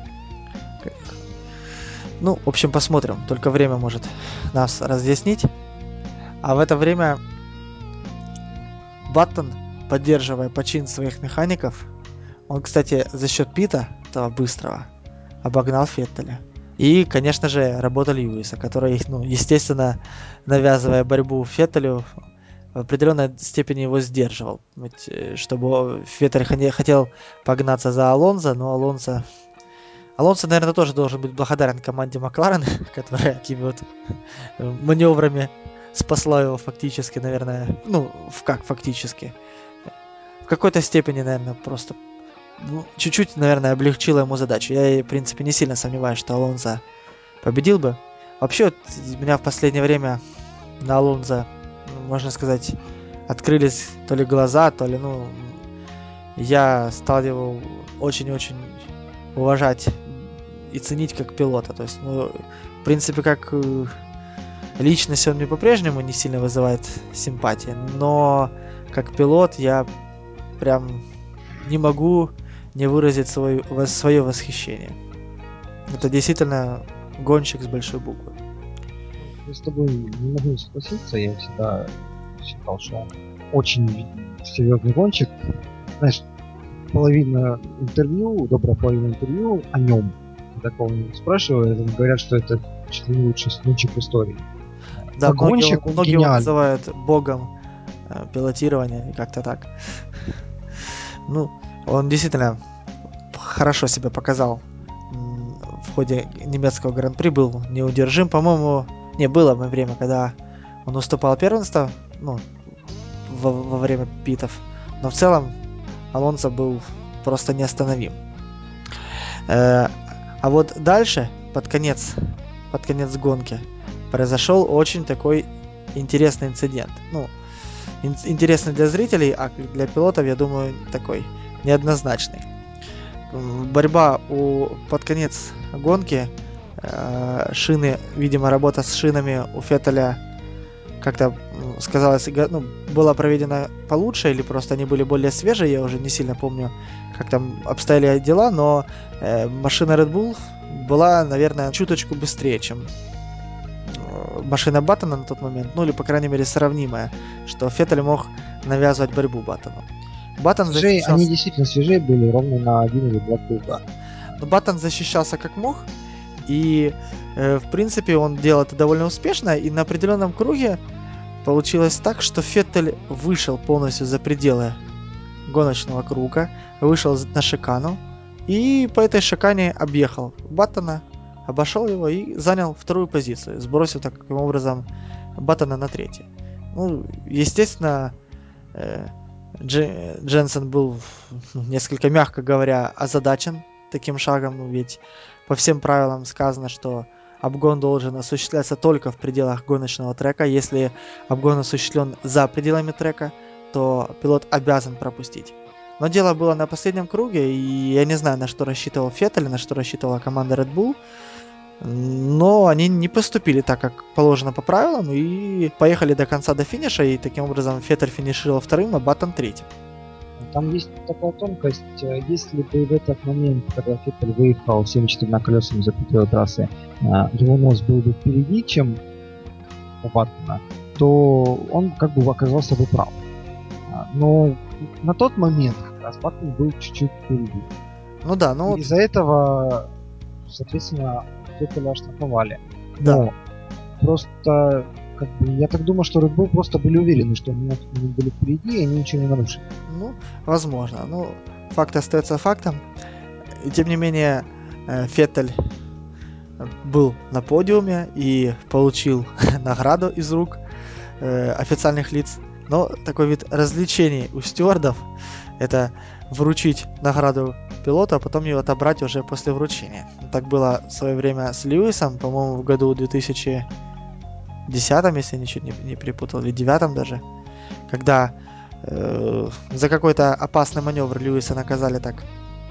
Ну, в общем, посмотрим. Только время может нас разъяснить. А в это время Баттон, поддерживая почин своих механиков, он, кстати, за счет Пита, этого быстрого, обогнал Феттеля. И, конечно же, работа Льюиса, который, ну, естественно, навязывая борьбу Феттелю, в определенной степени его сдерживал. Ведь, э, чтобы Феттель хотел погнаться за Алонсо, но Алонсо... Алонсо, наверное, тоже должен быть благодарен команде Макларен, которая такими вот маневрами спасла его фактически, наверное. Ну, в как фактически? В какой-то степени, наверное, просто ну, чуть-чуть, наверное, облегчила ему задачу. Я, в принципе, не сильно сомневаюсь, что Алонсо победил бы. Вообще, вот, у меня в последнее время на Алонсо, ну, можно сказать, открылись то ли глаза, то ли, ну, я стал его очень-очень уважать и ценить как пилота. То есть, ну, в принципе, как э, личность он мне по-прежнему не сильно вызывает симпатии, но как пилот я прям не могу не выразить свой, свое восхищение. Это действительно гонщик с большой буквы. Я с тобой не могу не согласиться, я всегда считал, что он очень серьезный гонщик. Знаешь, половина интервью, добрая половина интервью о нем, когда кого-нибудь спрашивают, они говорят, что это чуть ли не лучший гонщик в истории. Да, Как многие, гонщик его- он многие его гениальный. называют богом э, пилотирования, и как-то так. Ну, он действительно хорошо себя показал м, в ходе немецкого гран-при, был неудержим. По-моему, не было время, когда он уступал первенство, ну, во, во время питов. Но в целом Алонсо был просто неостановим. Э, а вот дальше, под конец, под конец гонки, произошел очень такой интересный инцидент. Ну, ин- интересный для зрителей, а для пилотов, я думаю, такой неоднозначный. Борьба у, под конец гонки, э, шины, видимо, работа с шинами у Феттеля как-то сказалось, ну, была проведена получше, или просто они были более свежие, я уже не сильно помню, как там обстояли дела, но э, машина Red Bull была, наверное, чуточку быстрее, чем э, машина Баттона на тот момент, ну или, по крайней мере, сравнимая, что Феттель мог навязывать борьбу Баттону. Баттон Свежее, они защищался, действительно свежее были ровно на один или два круга. но Баттон защищался как мог, и, э, в принципе, он делал это довольно успешно, и на определенном круге получилось так, что Феттель вышел полностью за пределы гоночного круга, вышел на шикану и по этой шикане объехал Баттона, обошел его и занял вторую позицию, сбросив таким образом Баттона на третий. Ну, естественно, э, Дж- Дженсен был, ну, несколько, мягко говоря, озадачен таким шагом, ну, ведь по всем правилам сказано, что обгон должен осуществляться только в пределах гоночного трека. Если обгон осуществлен за пределами трека, то пилот обязан пропустить. Но дело было на последнем круге, и я не знаю, на что рассчитывал Феттель, на что рассчитывала команда Red Bull, но они не поступили так, как положено по правилам, и поехали до конца, до финиша, и таким образом Феттель финишировал вторым, а Баттон третьим. Там есть такая тонкость, э, если бы в этот момент, когда Феттель выехал всеми четырьмя колесами за пределы трассы, э, его нос был бы впереди, чем у Баттона, то он как бы оказался бы прав. А, Но на тот момент как раз Баттон был чуть-чуть впереди. Ну да, ну И вот, из-за этого, соответственно, Феттеля оштрафовали. да, Но просто, как бы, я так думаю, что Red Bull просто были уверены, что они были впереди, и они ничего не нарушили. ну, возможно. Ну, факт остается фактом. И тем не менее, э, Феттель был на подиуме и получил награду из рук э, официальных лиц. Но такой вид развлечений у стюардов это вручить награду пилота, а потом ее отобрать уже после вручения. Так было в свое время с Льюисом, по-моему, в году две тысячи десятом, если я ничего не, не перепутал, или девятом даже, когда э, за какой-то опасный маневр Льюиса наказали так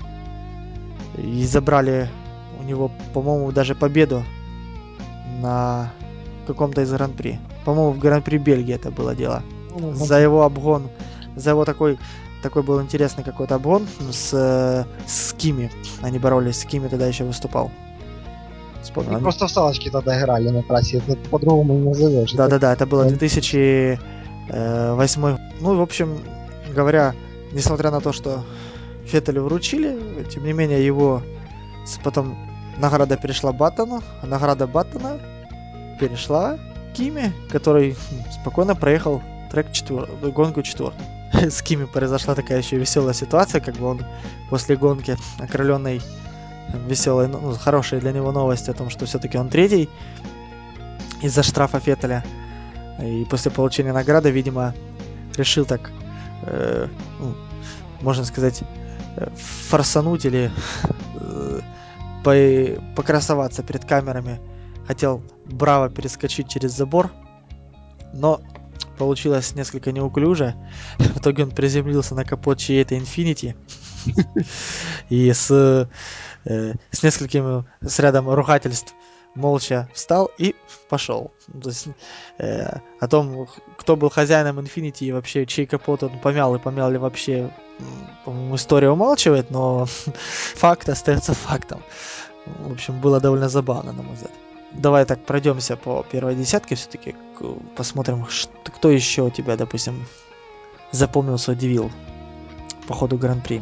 и забрали у него, по-моему, даже победу на каком-то из гран-при. По-моему, в гран-при Бельгии это было дело. Ну, За его обгон, за его такой, такой был интересный какой-то обгон с, э, с Кими. Они боролись, с Кими тогда еще выступал. Вспомнил. они Они... просто в салочки тогда играли на трассе, это по-другому не назовешь. Да-да-да, это было это- две тысячи восьмой. Ну, в общем говоря, несмотря на то, что Феттелю вручили, тем не менее его с- потом награда перешла Баттону, а награда Баттона перешла Кими, который хм, спокойно проехал трек четвер... гонку четвертую. С Кими произошла такая еще веселая ситуация, как бы он после гонки, окрыленный веселой, ну, хорошей для него новостью о том, что все-таки он третий из-за штрафа Феттеля. И после получения награды, видимо, решил так, э, ну, можно сказать, э, форсануть или э, по- покрасоваться перед камерами. Хотел браво перескочить через забор, но получилось несколько неуклюже. В итоге он приземлился на капот чьей-то Infiniti и с, э, с несколькими, с рядом ругательств молча встал и пошел. То есть, э, о том, кто был хозяином Infiniti и вообще чей капот он помял и помял ли вообще, по-моему, история умалчивает, но факт остается фактом. В общем, было довольно забавно, на мой взгляд. Давай так пройдемся по первой десятке все-таки, посмотрим, что, кто еще у тебя, допустим, запомнился, удивил по ходу Гран-при.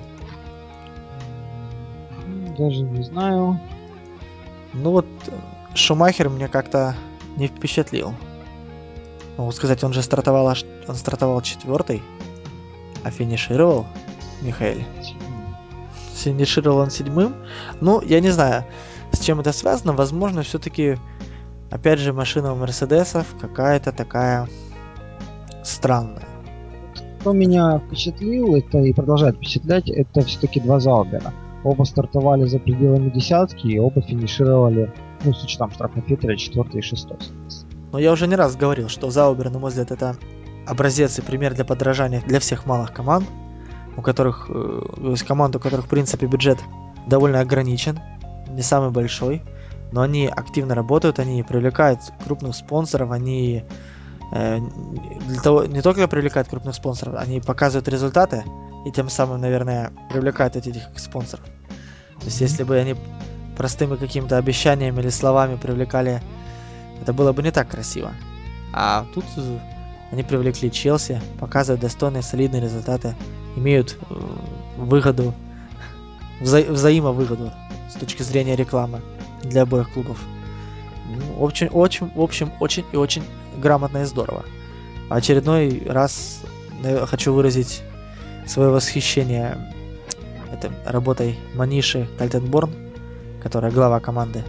Даже не знаю. Ну вот, Шумахер мне как-то не впечатлил. Могу сказать, он же стартовал, аж, он стартовал четвертый, а финишировал Михаэль. Финишировал он седьмым. Ну, я не знаю, с чем это связано. Возможно, все-таки, опять же, машина у Мерседесов какая-то такая странная. Что меня впечатлил, это и продолжает впечатлять, это все-таки два Заубера. Оба стартовали за пределами десятки, и оба финишировали, ну, с учетом штрафа Феттеля, четвертый и шестой. Но я уже не раз говорил, что Заубер, на мой взгляд, это образец и пример для подражания для всех малых команд, у которых, э, то есть команд, у которых, в принципе, бюджет довольно ограничен, не самый большой, но они активно работают, они привлекают крупных спонсоров, они э, для того, не только привлекают крупных спонсоров, они показывают результаты и тем самым, наверное, привлекают этих спонсоров. То есть, если бы они простыми какими-то обещаниями или словами привлекали, это было бы не так красиво. А тут э, они привлекли Челси, показывают достойные, солидные результаты, имеют э, выгоду, вза- взаимовыгоду с точки зрения рекламы для обоих клубов. Ну, очень, очень, в общем, очень и очень грамотно и здорово. Очередной раз э, хочу выразить свое восхищение этой работой Маниши Кальтенборн, которая глава команды.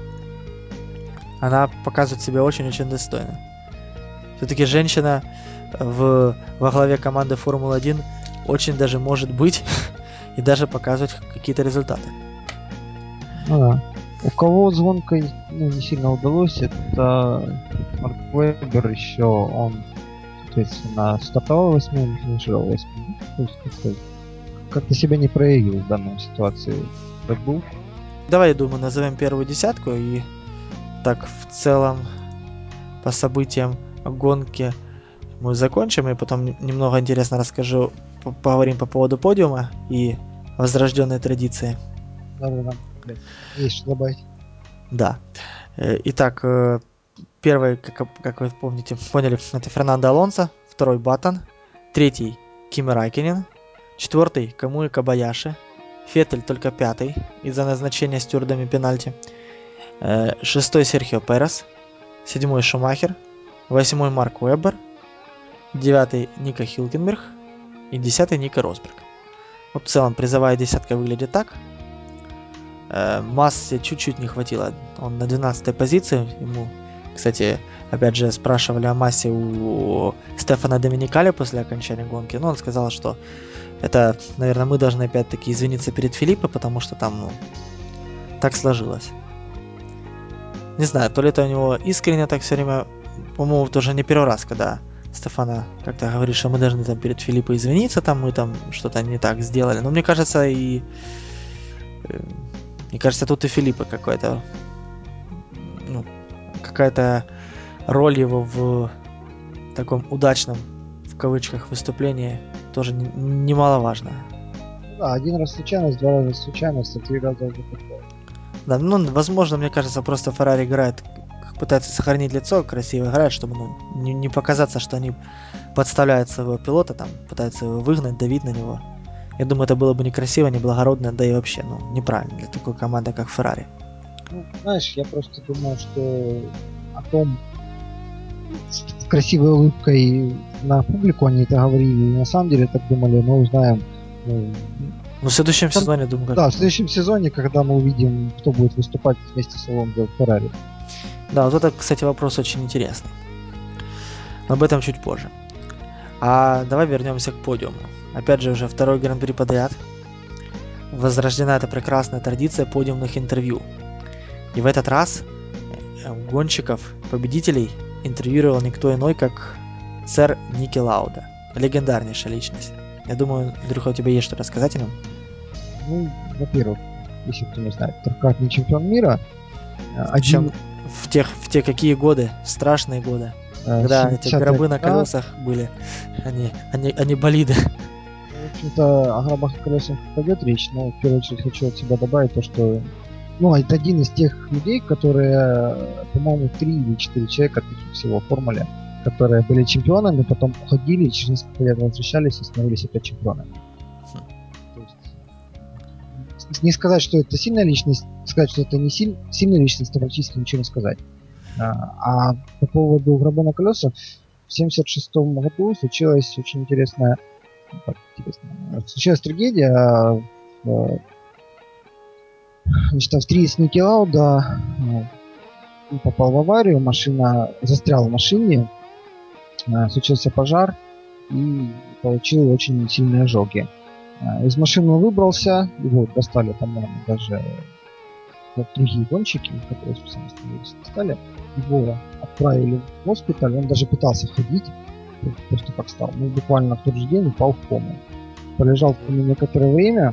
Она показывает себя очень-очень достойно. Все-таки женщина в, во главе команды Формулы один очень даже может быть и даже показывать какие-то результаты. Ну да. У кого с гонкой ну, не сильно удалось, это Марк Вебер еще, он, соответственно, стартовал восьмым, финишировал восьмым. То есть как-то, как-то себя не проявил в данной ситуации Red Bull. Давай, я думаю, назовем первую десятку и так в целом по событиям гонки мы закончим, и потом немного интересно расскажу, поговорим по поводу подиума и возрожденной традиции. Да-да-да. Есть что добавить. Да. Итак, первый, как, как вы помните, поняли, это Фернандо Алонсо, второй Баттон, третий Кими Райккенен, четвертый Камуи Кабаяши, Феттель только пятый из-за назначения стюардами пенальти, шестой Серхио Перес, седьмой Шумахер, восьмой Марк Уэббер, девятый Ника Хилкенберг и десятый Ника Росберг. Вот в целом призовая десятка выглядит так. Массе чуть-чуть не хватило. Он на двенадцатой позиции, ему Кстати, опять же, спрашивали о массе у Стефана Доминикали после окончания гонки. Но он сказал, что это, наверное, мы должны опять-таки извиниться перед Филиппо, потому что там, ну, так сложилось. Не знаю, то ли это у него искренне так все время, по-моему, тоже не первый раз, когда Стефана как-то говорит, что мы должны там перед Филиппо извиниться, там мы там что-то не так сделали. Но мне кажется, и э, мне кажется, тут и Филиппо какой-то, ну, какая-то роль его в таком удачном, в кавычках, выступлении тоже не- немаловажная. Да, один раз случайность, два раза случайность, а три раза уже такое. Да, ну, возможно, мне кажется, просто Феррари играет, пытается сохранить лицо, красиво играет, чтобы, ну, не, не показаться, что они подставляют своего пилота, там, пытаются его выгнать, давить на него. Я думаю, это было бы некрасиво, неблагородно, да и вообще, ну, неправильно для такой команды, как Феррари. Ну, знаешь, я просто думаю, что о том, с с красивой улыбкой на публику они это говорили, и на самом деле так думали, мы узнаем, ну, Ну, в следующем там- сезоне, думаю, как... да, в следующем сезоне, когда мы увидим, кто будет выступать вместе с Алонсо в Феррари. Да, вот это, кстати, вопрос очень интересный. Но об этом чуть позже. А давай вернемся к подиуму. Опять же, уже второй гран-при подряд. Возрождена эта прекрасная традиция подиумных интервью. И в этот раз э, гонщиков, победителей, интервьюировал никто иной, как сэр Ники Лауда. Легендарнейшая личность. Я думаю, Андрюха, у тебя есть что рассказать о нем? Ну, во-первых, если кто не знает, трехкратный чемпион мира, э, Причем один в тех, в те какие годы, страшные годы, э, когда эти семидесятые гробы на года. колесах были, они, они, они болиды. В общем-то, о гробах и колесах пойдет речь, но в первую очередь хочу от себя добавить то, что ну, это один из тех людей, которые, по-моему, три или четыре человека таких всего в формуле, которые были чемпионами, потом уходили, через несколько лет возвращались и становились опять чемпионами. То есть, не сказать, что это сильная личность, сказать, что это не силь, сильная личность, это практически ничего не сказать. А, а по поводу гроба на колесах, в семьдесят шестом году случилась очень интересная, ну, как интересная, случилась трагедия. В, значит, австриец Ники Лауда ну, попал в аварию, машина застряла в машине, э, случился пожар и получил очень сильные ожоги. Э, Из машины он выбрался, его достали, по-моему, даже вот другие гонщики, которые специально остановились, достали. Его отправили в госпиталь, он даже пытался ходить, просто как стал. Ну, буквально в тот же день упал в кому. Полежал в коме некоторое время,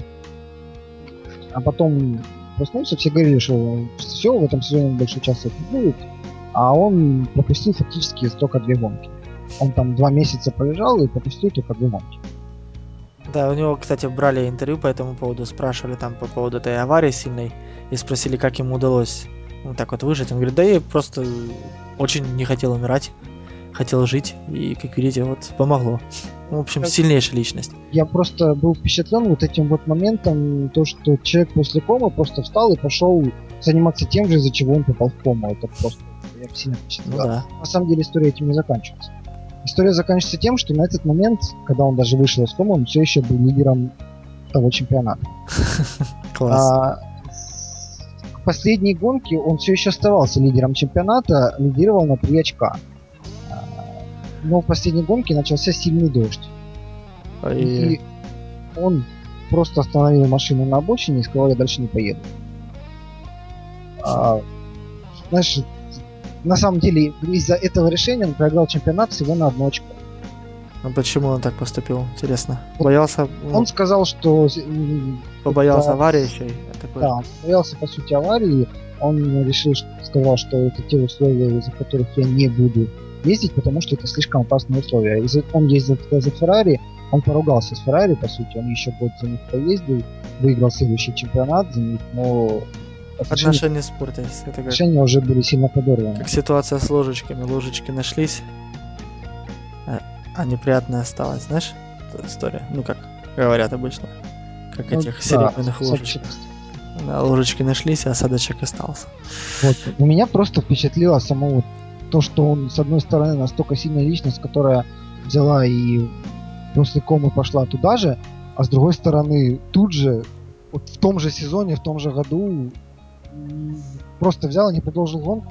а потом проснулся, все говорили, что все, в этом сезоне он больше участвовать не будет, а он пропустил фактически только две гонки. Он там два месяца полежал и пропустил только две гонки. Да, у него, кстати, брали интервью по этому поводу, спрашивали там по поводу этой аварии сильной и спросили, как ему удалось вот так вот выжить. Он говорит, да я просто очень не хотел умирать, хотел жить, и, как видите, вот помогло. В общем, сильнейшая личность. Я просто был впечатлен вот этим вот моментом, то, что человек после комы просто встал и пошел заниматься тем же, из-за чего он попал в кому. Это просто, я сильно впечатлен. Ну да. На самом деле история этим не заканчивается. История заканчивается тем, что на этот момент, когда он даже вышел из комы, он все еще был лидером того чемпионата. Класс. А, к последней гонке он все еще оставался лидером чемпионата, лидировал на три очка. А, но в последней гонке начался сильный дождь. И... И он просто остановил машину на обочине и сказал, я дальше не поеду. А, знаешь, на самом деле из-за этого решения он проиграл чемпионат всего на одно очко. Ну почему он так поступил, интересно? Боялся, ну, Он сказал, что побоялся это, аварии еще и такой. да, он боялся по сути аварии. Он решил, сказал, что это те условия, из-за которых я не буду ездить, потому что это слишком опасные условия. Из-за, он ездил тогда за Феррари, он поругался с Феррари, по сути, он еще год за них поездил, выиграл следующий чемпионат за них, но отношения, Отношения испортились. Это как, отношения уже были сильно подорваны. как ситуация с ложечками. Ложечки нашлись, а, а неприятное осталось. Знаешь, эта история? Ну, как говорят обычно. Как Ну, этих да, серебряных осадочек. ложечках. Да, ложечки нашлись, а осадочек остался. Вот. У меня просто впечатлило само вот то, что он, с одной стороны, настолько сильная личность, которая взяла и после комы пошла туда же, а с другой стороны, тут же, вот в том же сезоне, в том же году, м, просто взял и не продолжил гонку.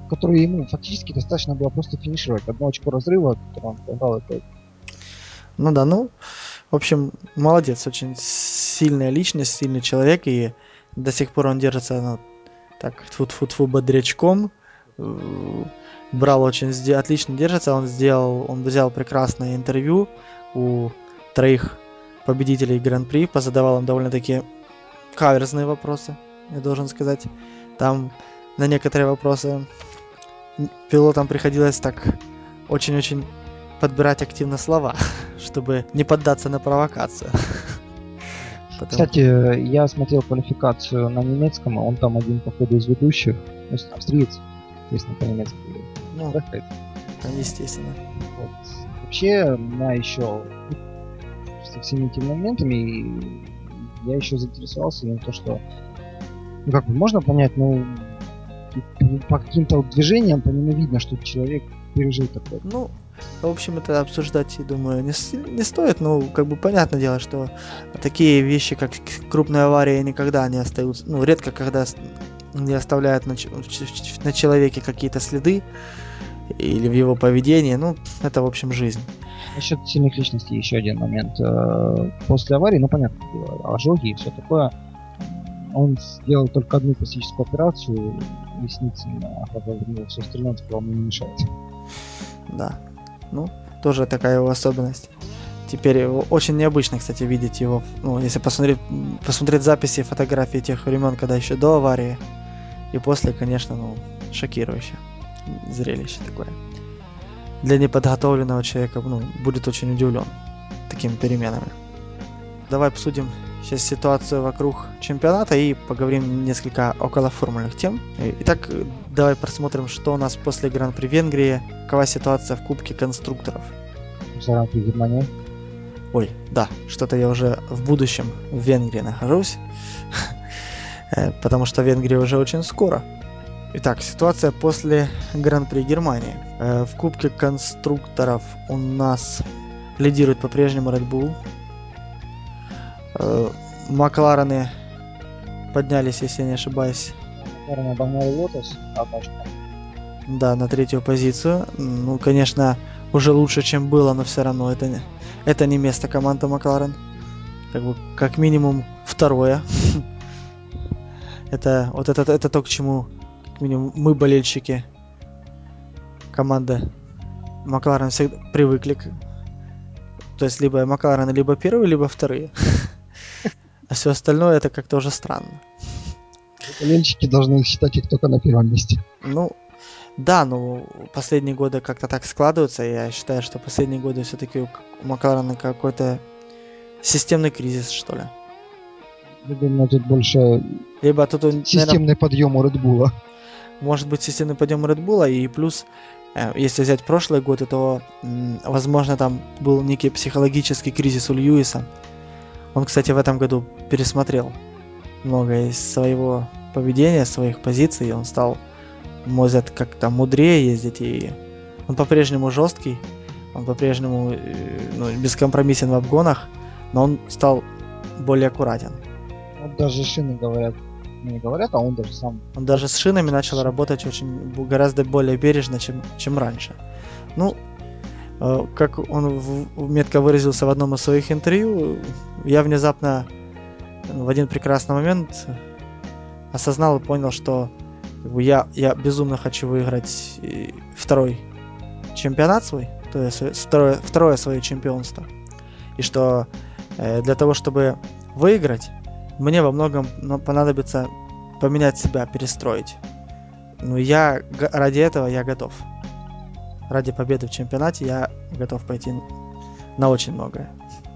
который ему фактически достаточно было просто финишировать. Одно очко разрыва, которое он проиграл, это... Ну да, ну, в общем, молодец, очень сильная личность, сильный человек, и до сих пор он держится, ну, так, тьфу-тьфу-тьфу, бодрячком, э, брал очень, сде- отлично держится, он сделал, он взял прекрасное интервью у троих победителей Гран-при, позадавал им довольно-таки каверзные вопросы, я должен сказать. Там на некоторые вопросы пилотам приходилось так очень-очень подбирать активно слова, чтобы не поддаться на провокацию. Потому... Кстати, я смотрел квалификацию на немецком, он там один, походу, из ведущих, то есть австриец, естественно, по-немецки. Ну, естественно. Вот. Вообще, меня еще со всеми этими моментами я еще заинтересовался им то, что ну как бы можно понять, ну по каким-то вот движениям по нему видно, что человек пережил такое. Ну, в общем, это обсуждать, я думаю, не, не стоит, но как бы понятное дело, что такие вещи, как крупная авария, никогда не остаются, ну, редко когда не оставляют на, на человеке какие-то следы или в его поведении, ну, это, в общем, жизнь. Насчет сильных личностей еще один момент. После аварии, ну, понятно, ожоги и все такое, он сделал только одну пластическую операцию, ресницы на глаза вернул, все остальное сказал, мне не мешает. Да, ну, тоже такая его особенность. Теперь очень необычно, кстати, видеть его, ну, если посмотреть, посмотреть записи, фотографии тех времен, когда еще до аварии, и после, конечно, ну, шокирующее зрелище такое. Для неподготовленного человека, ну, будет очень удивлен такими переменами. Давай обсудим сейчас ситуацию вокруг чемпионата и поговорим несколько около формульных тем. Итак, давай просмотрим, что у нас после Гран-при Венгрии, какова ситуация в Кубке конструкторов. Гран-при Германии. Ой, да, что-то я уже в будущем в Венгрии нахожусь, потому что Венгрия уже очень скоро. Итак, ситуация после Гран-при Германии. В Кубке конструкторов у нас лидирует по-прежнему Red Bull. Макларены поднялись, если я не ошибаюсь. Макларены обогнали Лотос, одночка. Да, на третью позицию. Ну, конечно, уже лучше, чем было, но все равно это не, это не место команды Макларен. Как бы, как минимум, второе. это вот это, это то, к чему, как минимум, мы, болельщики команды Макларен, всегда привыкли. То есть, либо Макларены либо первые, либо вторые. А все остальное это как-то уже странно. Болельщики должны считать их только на первом месте. Ну, да, но последние годы как-то так складываются. Я считаю, что последние годы все-таки у Макларена какой-то системный кризис, что ли. Я думаю, тут больше Либо тут, системный наверное, подъем у Red Bull. Может быть, системный подъем Red Bull, и плюс, если взять прошлые годы, то, возможно, там был некий психологический кризис у Льюиса. Он, кстати, в этом году пересмотрел многое из своего поведения, своих позиций. Он стал, может, как-то мудрее ездить, и он по-прежнему жесткий, он по-прежнему ну, бескомпромиссен в обгонах, но он стал более аккуратен. Вот даже шины говорят, ну не говорят, а он даже сам... Он даже с шинами начал работать очень гораздо более бережно, чем, чем раньше. Ну, как он метко выразился в одном из своих интервью, я внезапно в один прекрасный момент осознал и понял, что как бы, я, я безумно хочу выиграть второй чемпионат свой, то есть второе, второе свое чемпионство. И что э, для того, чтобы выиграть, мне во многом понадобится поменять себя, перестроить. Ну, я ради этого я готов. Ради победы в чемпионате я готов пойти на очень многое.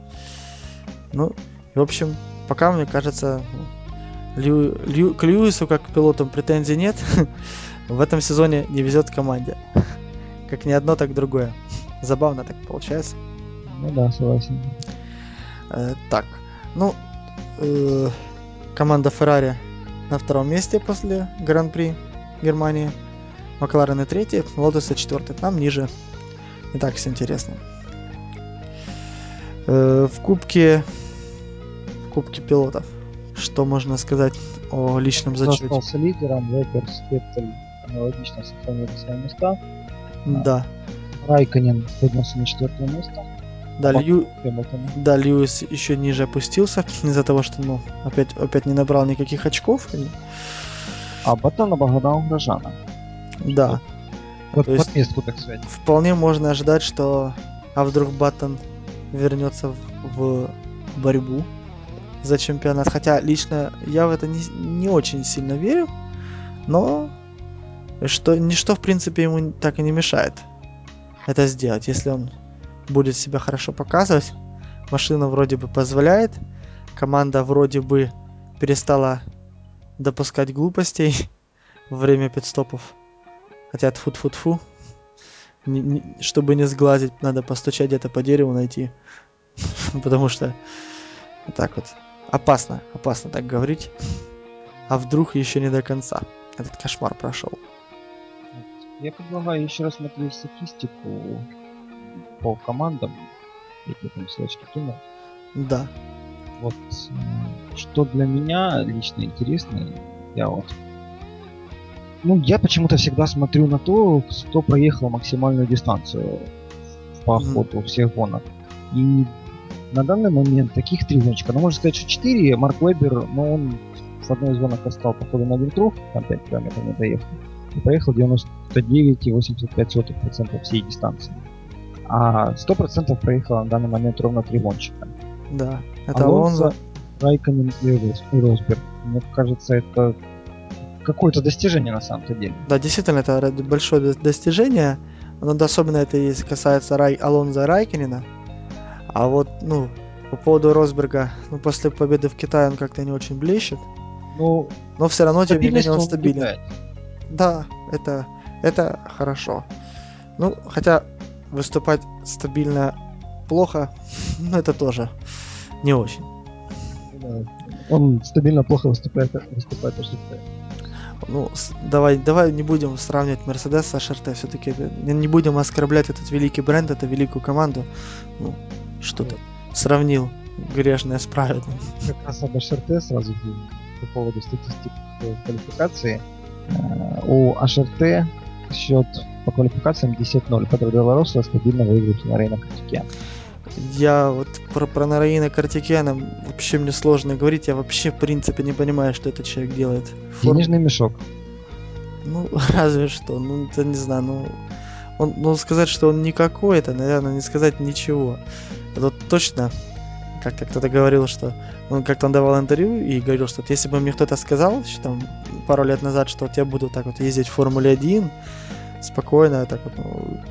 Ну, в общем, пока, мне кажется, Лью, Лью, к Льюису как к пилотам претензий нет. В этом сезоне не везет команде. Как ни одно, так другое. Забавно так получается. Ну да, согласен. Э, так, ну, э, команда Феррари на втором месте после Гран-при Германии. Макларены третий, Лотосы четвертый. Там ниже. Не так все интересно. Э, в кубке в кубке пилотов. Что можно сказать о личном зачете? Остался лидером, Вебер, Феттель. они логично сохранили свои места. Да. Райконен поднялся на четвертое место. Да, Оба Лью... Хэмилтона. да, Льюис еще ниже опустился из-за того, что, ну, опять, опять не набрал никаких очков. А Баттон обогнал Грожана. Да. Вот То под есть местку, так сказать. вполне можно ожидать, что... А вдруг Баттон вернется в, в борьбу за чемпионат. Хотя лично я в это не, не очень сильно верю. Но что, ничто, в принципе, ему так и не мешает это сделать. Если он будет себя хорошо показывать, машина вроде бы позволяет, команда вроде бы перестала допускать глупостей во время пидстопов. Хотя тфу-тфу-тфу, не, не, чтобы не сглазить, надо постучать где-то по дереву найти. Потому что так вот опасно, опасно так говорить. А вдруг еще не до конца этот кошмар прошел. Я предлагаю еще раз смотреть статистику по командам. Я тебе там ссылочки кинул. Да. Вот что для меня лично интересно, я вот ну, я почему-то всегда смотрю на то, кто проехал максимальную дистанцию по ходу mm. всех гонок. И на данный момент таких три гонщика. Ну, можно сказать, что четыре. Марк Вебер, но он в одной из гонок отстал, походу, на ветров, там пять километров не доехал. И проехал девяносто девять целых восемьдесят пять сотых процента всей дистанции. А сто процентов проехал на данный момент ровно три гонщика. Да, это Алонсо, Алонсо, Райконен и Росберг. Мне кажется, это какое-то достижение на самом-то деле. Да, действительно, это большое достижение. Но особенно это и касается Рай, Алонзо Райкинена. А вот, ну, по поводу Росберга, ну, после победы в Китае он как-то не очень блещет. Ну, но все равно, тем не менее, он, он стабилен. Удивляет. Да, это, это хорошо. Ну, хотя выступать стабильно плохо, ну, это тоже не очень. Да. Он стабильно плохо выступает, выступает аш эр тэ. Ну, давай, давай не будем сравнивать Мерседес с аш эр тэ. Все-таки не будем оскорблять этот великий бренд, эту великую команду. Ну, что ты сравнил грешное с праведным. Как раз об аш эр тэ сразу по поводу статистики квалификации. У аш эр тэ счет по квалификациям десять ноль. Петро Делароса стабильно выигрывает на Рейна Картикяна. Я вот про, про Нараина Картикяна вообще мне сложно говорить. Я вообще в принципе не понимаю, что этот человек делает. Форм... Денежный мешок. Ну, разве что. Ну, это не знаю, ну... Он, ну, сказать, что он никакой, это, наверное, не сказать ничего. Это вот точно, как кто-то говорил, что он как-то давал интервью и говорил, что если бы мне кто-то сказал, еще там пару лет назад, что вот я буду так вот ездить в Формуле один, спокойно, так вот,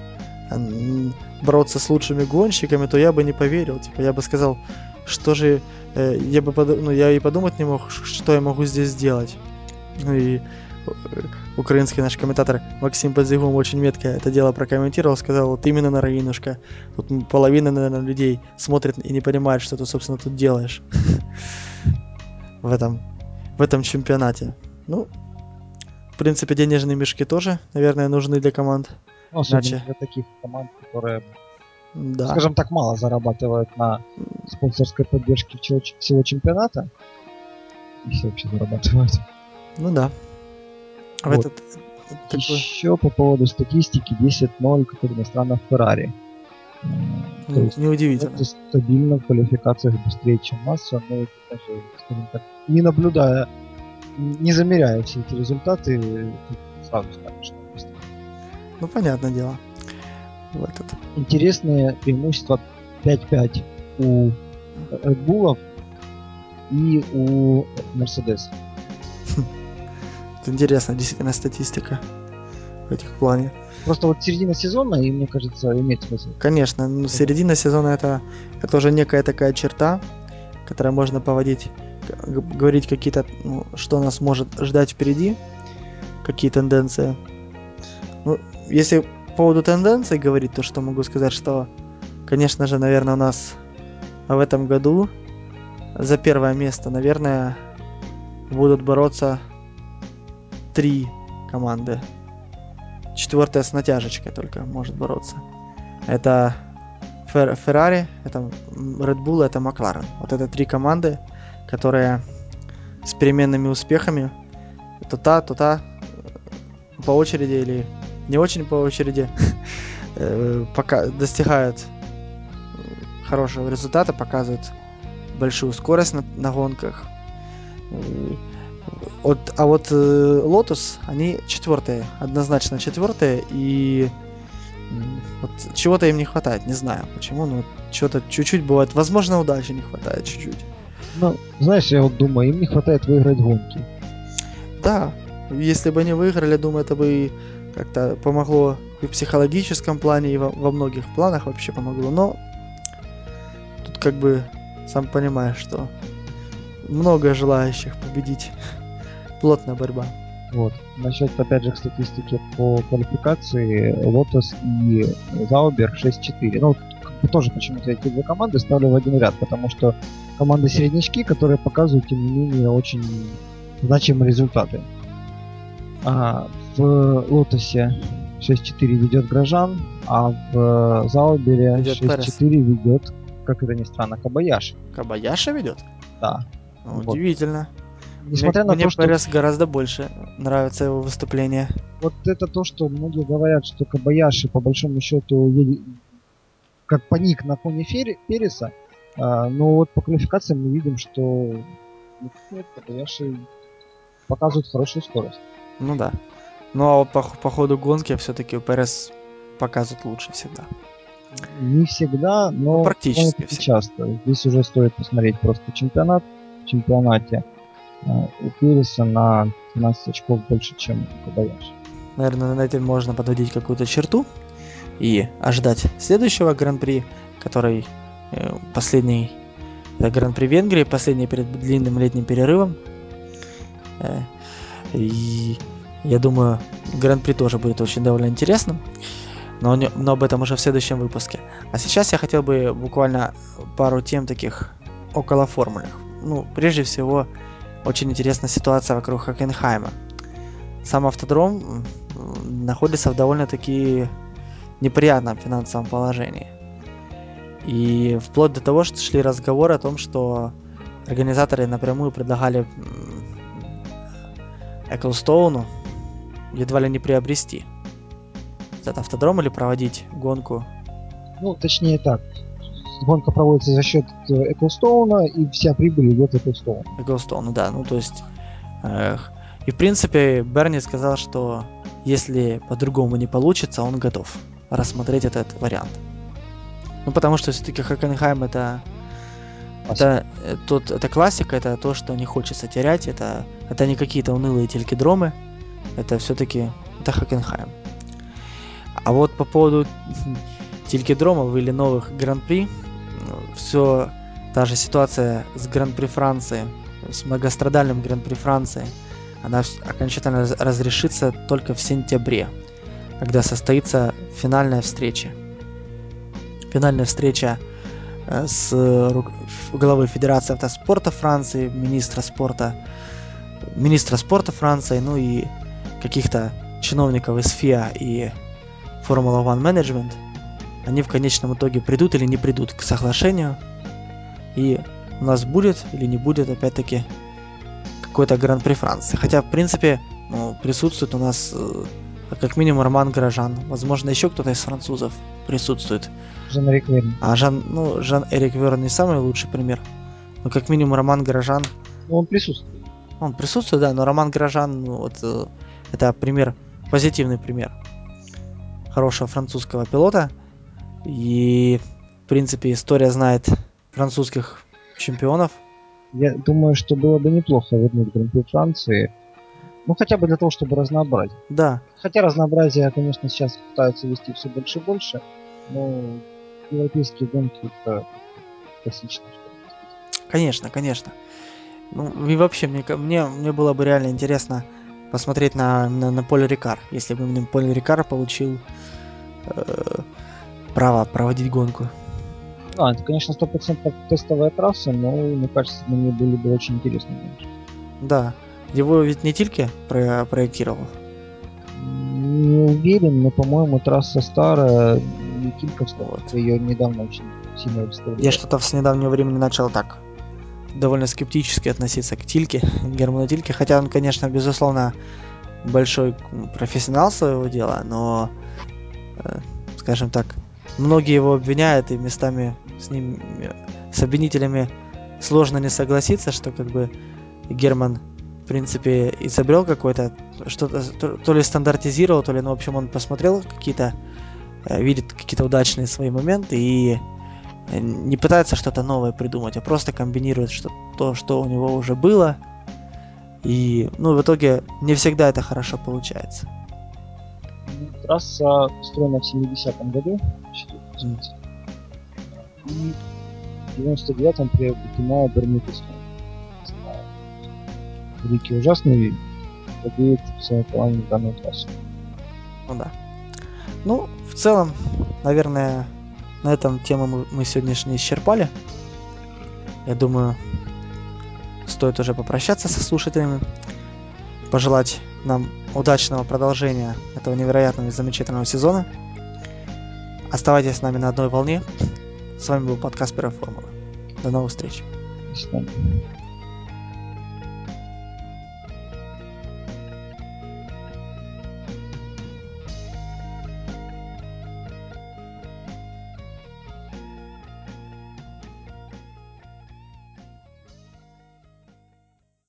ну, бороться с лучшими гонщиками, то я бы не поверил. Типа, я бы сказал, что же, э, я бы, под... ну, я и подумать не мог, что я могу здесь сделать. Ну и украинский наш комментатор Максим Подзигун очень метко это дело прокомментировал, сказал, вот именно на Раинушка. Тут половина, наверное, людей смотрит и не понимает, что ты, собственно, тут делаешь в этом, в этом чемпионате. Ну, в принципе, денежные мешки тоже, наверное, нужны для команд. Ну, особенно Иначе... для таких команд, которые, да. скажем так, мало зарабатывают на спонсорской поддержке всего чемпионата. Если вообще зарабатывают. Ну да. А вот. Этот, Еще по поводу статистики десять ноль как иностранных Феррари. Не, То есть неудивительно. Это стабильно в квалификациях быстрее, чем Масса, но даже, скажем так, не наблюдая, не замеряя все эти результаты, сразу скажешь, что быстрее. Ну, понятное дело. В этот. Интересное преимущество пять пять у Red Bull и у Mercedes. Это интересная действительно статистика в этих плане. Просто вот середина сезона, и мне кажется, имеет смысл. Конечно, ну, середина сезона это, это уже некая такая черта, которой можно поводить, говорить какие-то, ну, что нас может ждать впереди, какие тенденции. Ну, если по поводу тенденций говорить, то что могу сказать, что, конечно же, наверное, у нас в этом году за первое место, наверное, будут бороться три команды. Четвертая с натяжечкой только может бороться. Это Феррари, это Red Bull, это Макларен. Вот это три команды, которые с переменными успехами то та, то та по очереди или не очень по очереди э, пока достигают хорошего результата, показывают большую скорость на, на гонках. Э, от, а вот э, Lotus, они четвертые, однозначно четвертые, и м, вот чего-то им не хватает, не знаю почему, но чего-то чуть-чуть бывает, возможно, удачи не хватает чуть-чуть. Ну, знаешь, я вот думаю, им не хватает выиграть гонки. Да, если бы они выиграли, думаю, это бы как-то помогло и в психологическом плане, и во, во многих планах вообще помогло. Но тут как бы сам понимаешь, что много желающих победить. Плотная борьба. Вот. Насчет, опять же, к статистике по квалификации, Lotus и Zauber шесть четыре. Ну, как бы тоже почему-то эти две команды ставлю в один ряд, потому что команды середнячки, которые показывают, тем не менее, очень значимые результаты. А, в Лотосе шесть четыре ведет Грожан, а в Заубере Ведет шесть Перес. четыре ведет, как это ни странно, Кабаяши. Кабаяши ведет? Да. Ну, Вот. удивительно. Мне, Несмотря на мне то, что Перес гораздо больше нравится его выступление. вот это то, что многие говорят, что Кабаяши по большому счету едет как паник на фоне Фери- Переса, а, но вот по квалификации мы видим, что нет, нет, Кабаяши показывает хорошую скорость. Ну да. Ну а вот по, по ходу гонки все-таки Перес показывает лучше всегда. Не всегда, Ну, но практически довольно-таки всегда. часто. Здесь уже стоит посмотреть просто чемпионат. В чемпионате э, у Переса на двенадцать очков больше, чем у Кабаяши. Наверное, на этом можно подводить какую-то черту и ожидать следующего гран-при, который э, последний, это гран-при Венгрии, последний перед длинным летним перерывом. Э, и я думаю, гран-при тоже будет очень довольно интересным, но, не- но об этом уже в следующем выпуске. А сейчас я хотел бы буквально пару тем таких около формульных. Ну, прежде всего, очень интересная ситуация вокруг Хокенхайма. Сам автодром м, находится в довольно-таки неприятном финансовом положении. И вплоть до того, что шли разговоры о том, что организаторы напрямую предлагали Эклстоуну едва ли не приобрести этот автодром или проводить гонку. Ну, точнее так. Гонка проводится за счет Эклстоуна, и вся прибыль идет Эклстоуну. Эклстоуну, да, ну то есть... Эх. И в принципе Берни сказал, что если по-другому не получится, он готов рассмотреть этот вариант. Ну потому что все-таки Хокенхайм это Это, э, тот, это классика, это то, что не хочется терять, это, это не какие-то унылые телькидромы, это все-таки это Хокенхайм. А вот по поводу телькидромов или новых гран-при, все та же ситуация с гран-при Франции, с многострадальным гран-при Франции, она окончательно разрешится только в сентябре, когда состоится финальная встреча. Финальная встреча с главой Федерации автоспорта Франции, министра спорта, министра спорта Франции, ну и каких-то чиновников из ФИА и Formula One Management. Они в конечном итоге придут или не придут к соглашению. И у нас будет или не будет, опять-таки, какой-то гран-при Франции. Хотя, в принципе, ну, присутствует у нас э, как минимум Роман Грожан. Возможно, еще кто-то из французов присутствует. Жан-Эрик Верн. А Жан, ну, Жан-Эрик Верн не самый лучший пример. Но как минимум Роман Грожан. Ну, он присутствует. Он присутствует, да, но Роман Грожан, ну, вот, э, это пример, позитивный пример хорошего французского пилота. И, в принципе, история знает французских чемпионов. Я думаю, что было бы неплохо вернуть Гран-при Франции. Ну, хотя бы для того, чтобы разнообразить. Да. Хотя разнообразие, конечно, сейчас пытаются вести все больше и больше, но европейские гонки это классично, что ли. Конечно, конечно. Ну, и вообще, мне, мне, мне было бы реально интересно посмотреть на, на, на Поль Рикар, если бы мне Поль Рикар получил э, право проводить гонку. Да, это, конечно, сто процентов тестовая трасса, но, мне кажется, на ней были бы очень интересные гонки. Да. Его ведь не Тильке про проектировал? Не уверен, но, по-моему, трасса старая, и Кильковская, Вот. ее недавно очень сильно Я реставрировали. что-то с недавнего времени начал так довольно скептически относиться к Тильке, Герману Тильке, хотя он, конечно, безусловно, большой профессионал своего дела, но, э, скажем так, многие его обвиняют, и местами с ним, с обвинителями сложно не согласиться, что как бы Герман, в принципе, изобрел какой-то, что-то, то, то ли стандартизировал, то ли, ну, в общем, он посмотрел какие-то, э, видит какие-то удачные свои моменты и не пытается что-то новое придумать, а просто комбинирует что то, что у него уже было. И, ну, в итоге не всегда это хорошо получается. Трасса построена в семидесятом году, Mm. и в девяносто девятом приобретена Бермудовская. Рики ужасный владеет всеми правами данной трассы. Ну да. Ну, в целом, наверное, на этом тему мы, мы сегодняшнюю исчерпали. Я думаю, стоит уже попрощаться со слушателями, пожелать нам удачного продолжения этого невероятного и замечательного сезона. Оставайтесь с нами на одной волне. С вами был подкаст Первой Формулы. До новых встреч. До свидания.